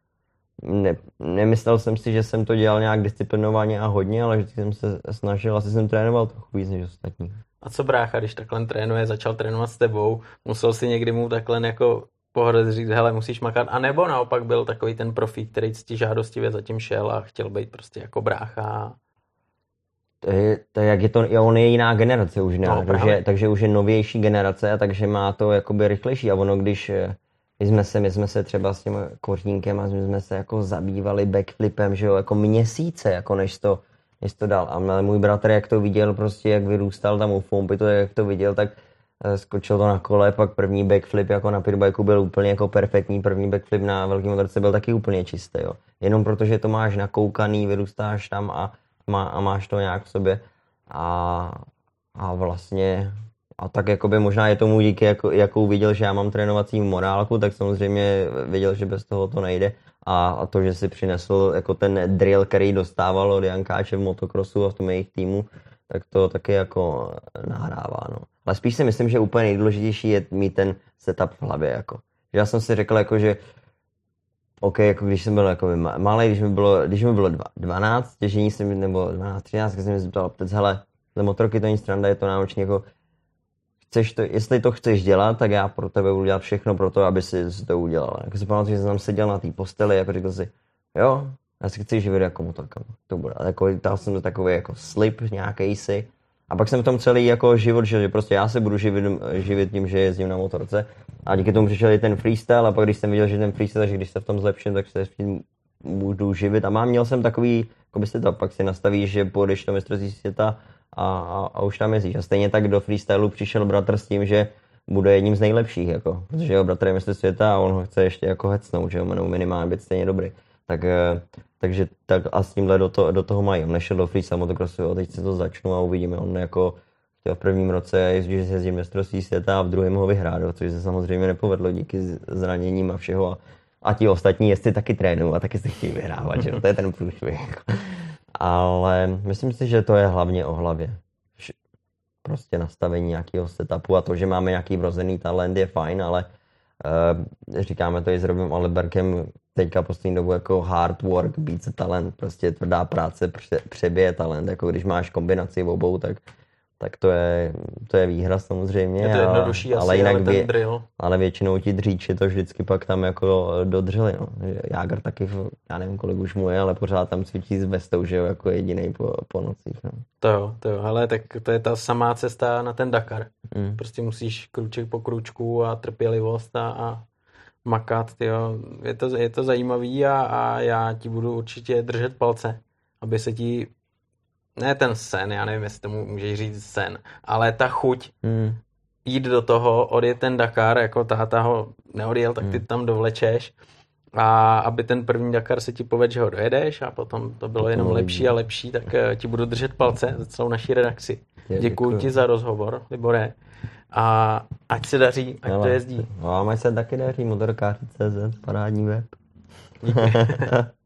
Ne, nemyslel jsem si, že jsem to dělal nějak disciplinovaně a hodně, ale že jsem se snažil, asi jsem trénoval trochu víc než ostatní. A co brácha, když takhle trénuje, začal trénovat s tebou, musel si někdy mu takhle jako pohodlně říct, hele, musíš makat, a nebo naopak byl takový ten profík, který ti žádostivě zatím šel a chtěl být prostě jako brácha? To je, to je, jak je to, on je jiná generace už, ne? No, takže, takže už je novější generace, takže má to jakoby rychlejší a ono, když My jsme se, my jsme se třeba s tím Kořínkem a my jsme se jako zabývali backflipem, že jo, jako měsíce, jako než to, než to dal. A můj bratr, jak to viděl, prostě jak vyrůstal tam u Fompy, to jak to viděl, tak skočil to na kole, pak první backflip jako na pitbajku byl úplně jako perfektní, první backflip na velký motorce byl taky úplně čistý, jo. Jenom protože to máš nakoukaný, vyrůstáš tam a, má, a máš to nějak v sobě. A, a vlastně... A tak jakoby možná je tomu díky, jako, jakou viděl, že já mám trénovací morálku, tak samozřejmě věděl, že bez toho to nejde. A, a to, že si přinesl jako ten drill, který dostával od Jankáče v motokrosu a v tom jejich týmu, tak to taky jako nahrává. No. Ale spíš si myslím, že úplně nejdůležitější je mít ten setup v hlavě. Jako. Že já jsem si řekl, jako, že OK, jako když jsem byl jako malý, když mi bylo, když mi bylo dvanáct, těžení jsem, nebo dvanáct, třináct, když jsem mi zeptal, hele, za motorky to nic stranda, je to náročný, jako chceš to, jestli to chceš dělat, tak já pro tebe budu dělat všechno pro to, aby si to udělal. Jako si pamatuju, že jsem tam seděl na té posteli, jako řekl si, jo, já si chci živit jako motorkama. To bude. A takový, dal jsem to takový jako slip nějaký si. A pak jsem v tom celý jako život, že prostě já se budu živit, živit tím, že jezdím na motorce. A díky tomu přišel i ten freestyle a pak když jsem viděl, že ten freestyle, že když se v tom zlepším, tak se budu živit. A mám, měl jsem takový, jako byste to pak si nastavíš, že půjdeš do mistrovství světa a, a, a už tam jezdíš. A stejně tak do freestylu přišel bratr s tím, že bude jedním z nejlepších, jako, protože jeho bratr je mistr světa a on ho chce ještě jako hecnout, že on minimálně být stejně dobrý. Tak, takže tak a s tímhle do, to, do toho mají. On nešel do freestyle motocrossu a teď se to začnu a uvidíme. On jako chtěl v prvním roce, že se jezdí mistrovství světa a v druhém ho vyhrát, což se samozřejmě nepovedlo díky zraněním a všeho. A, a ti ostatní jezdci taky trénují a taky se chtějí vyhrávat, že? To je ten průšvih. Ale myslím si, že to je hlavně o hlavě. Prostě nastavení nějakého setupu a to, že máme nějaký vrozený talent je fajn, ale uh, říkáme to i s Robem Aleberkem teďka poslední dobu jako hard work beats talent, prostě tvrdá práce pře, přebije talent, jako když máš kombinaci obou, tak tak to je, to je výhra samozřejmě, je to jednodušší, ale, asi, jinak ale, ten vě, drill. ale většinou ti dříči to vždycky pak tam jako dodrželi. No. Jágr taky, já nevím kolik už mu je, ale pořád tam cvičí s vestou, že jo, jako jedinej po, po nocích. No. To jo, to jo, ale tak to je ta samá cesta na ten Dakar. Mm. Prostě musíš kruček po kručku a trpělivost a, a makat, tyjo. Je to, je to zajímavý a, a já ti budu určitě držet palce, aby se ti ne ten sen, já nevím, jestli tomu můžeš říct sen, ale ta chuť mm. jít do toho, odjet ten Dakar, jako táta ho neodjel, tak ty mm. tam dovlečeš a aby ten první Dakar se ti povedl, že ho dojedeš a potom to bylo jenom lepší a lepší, tak ti budu držet palce za celou naší redakci. Děkuji ti za rozhovor, Libore. a ať se daří, ať Hele, to jezdí. No a ať se taky daří, motorkáři tečka cé zet, parádní web. Díky.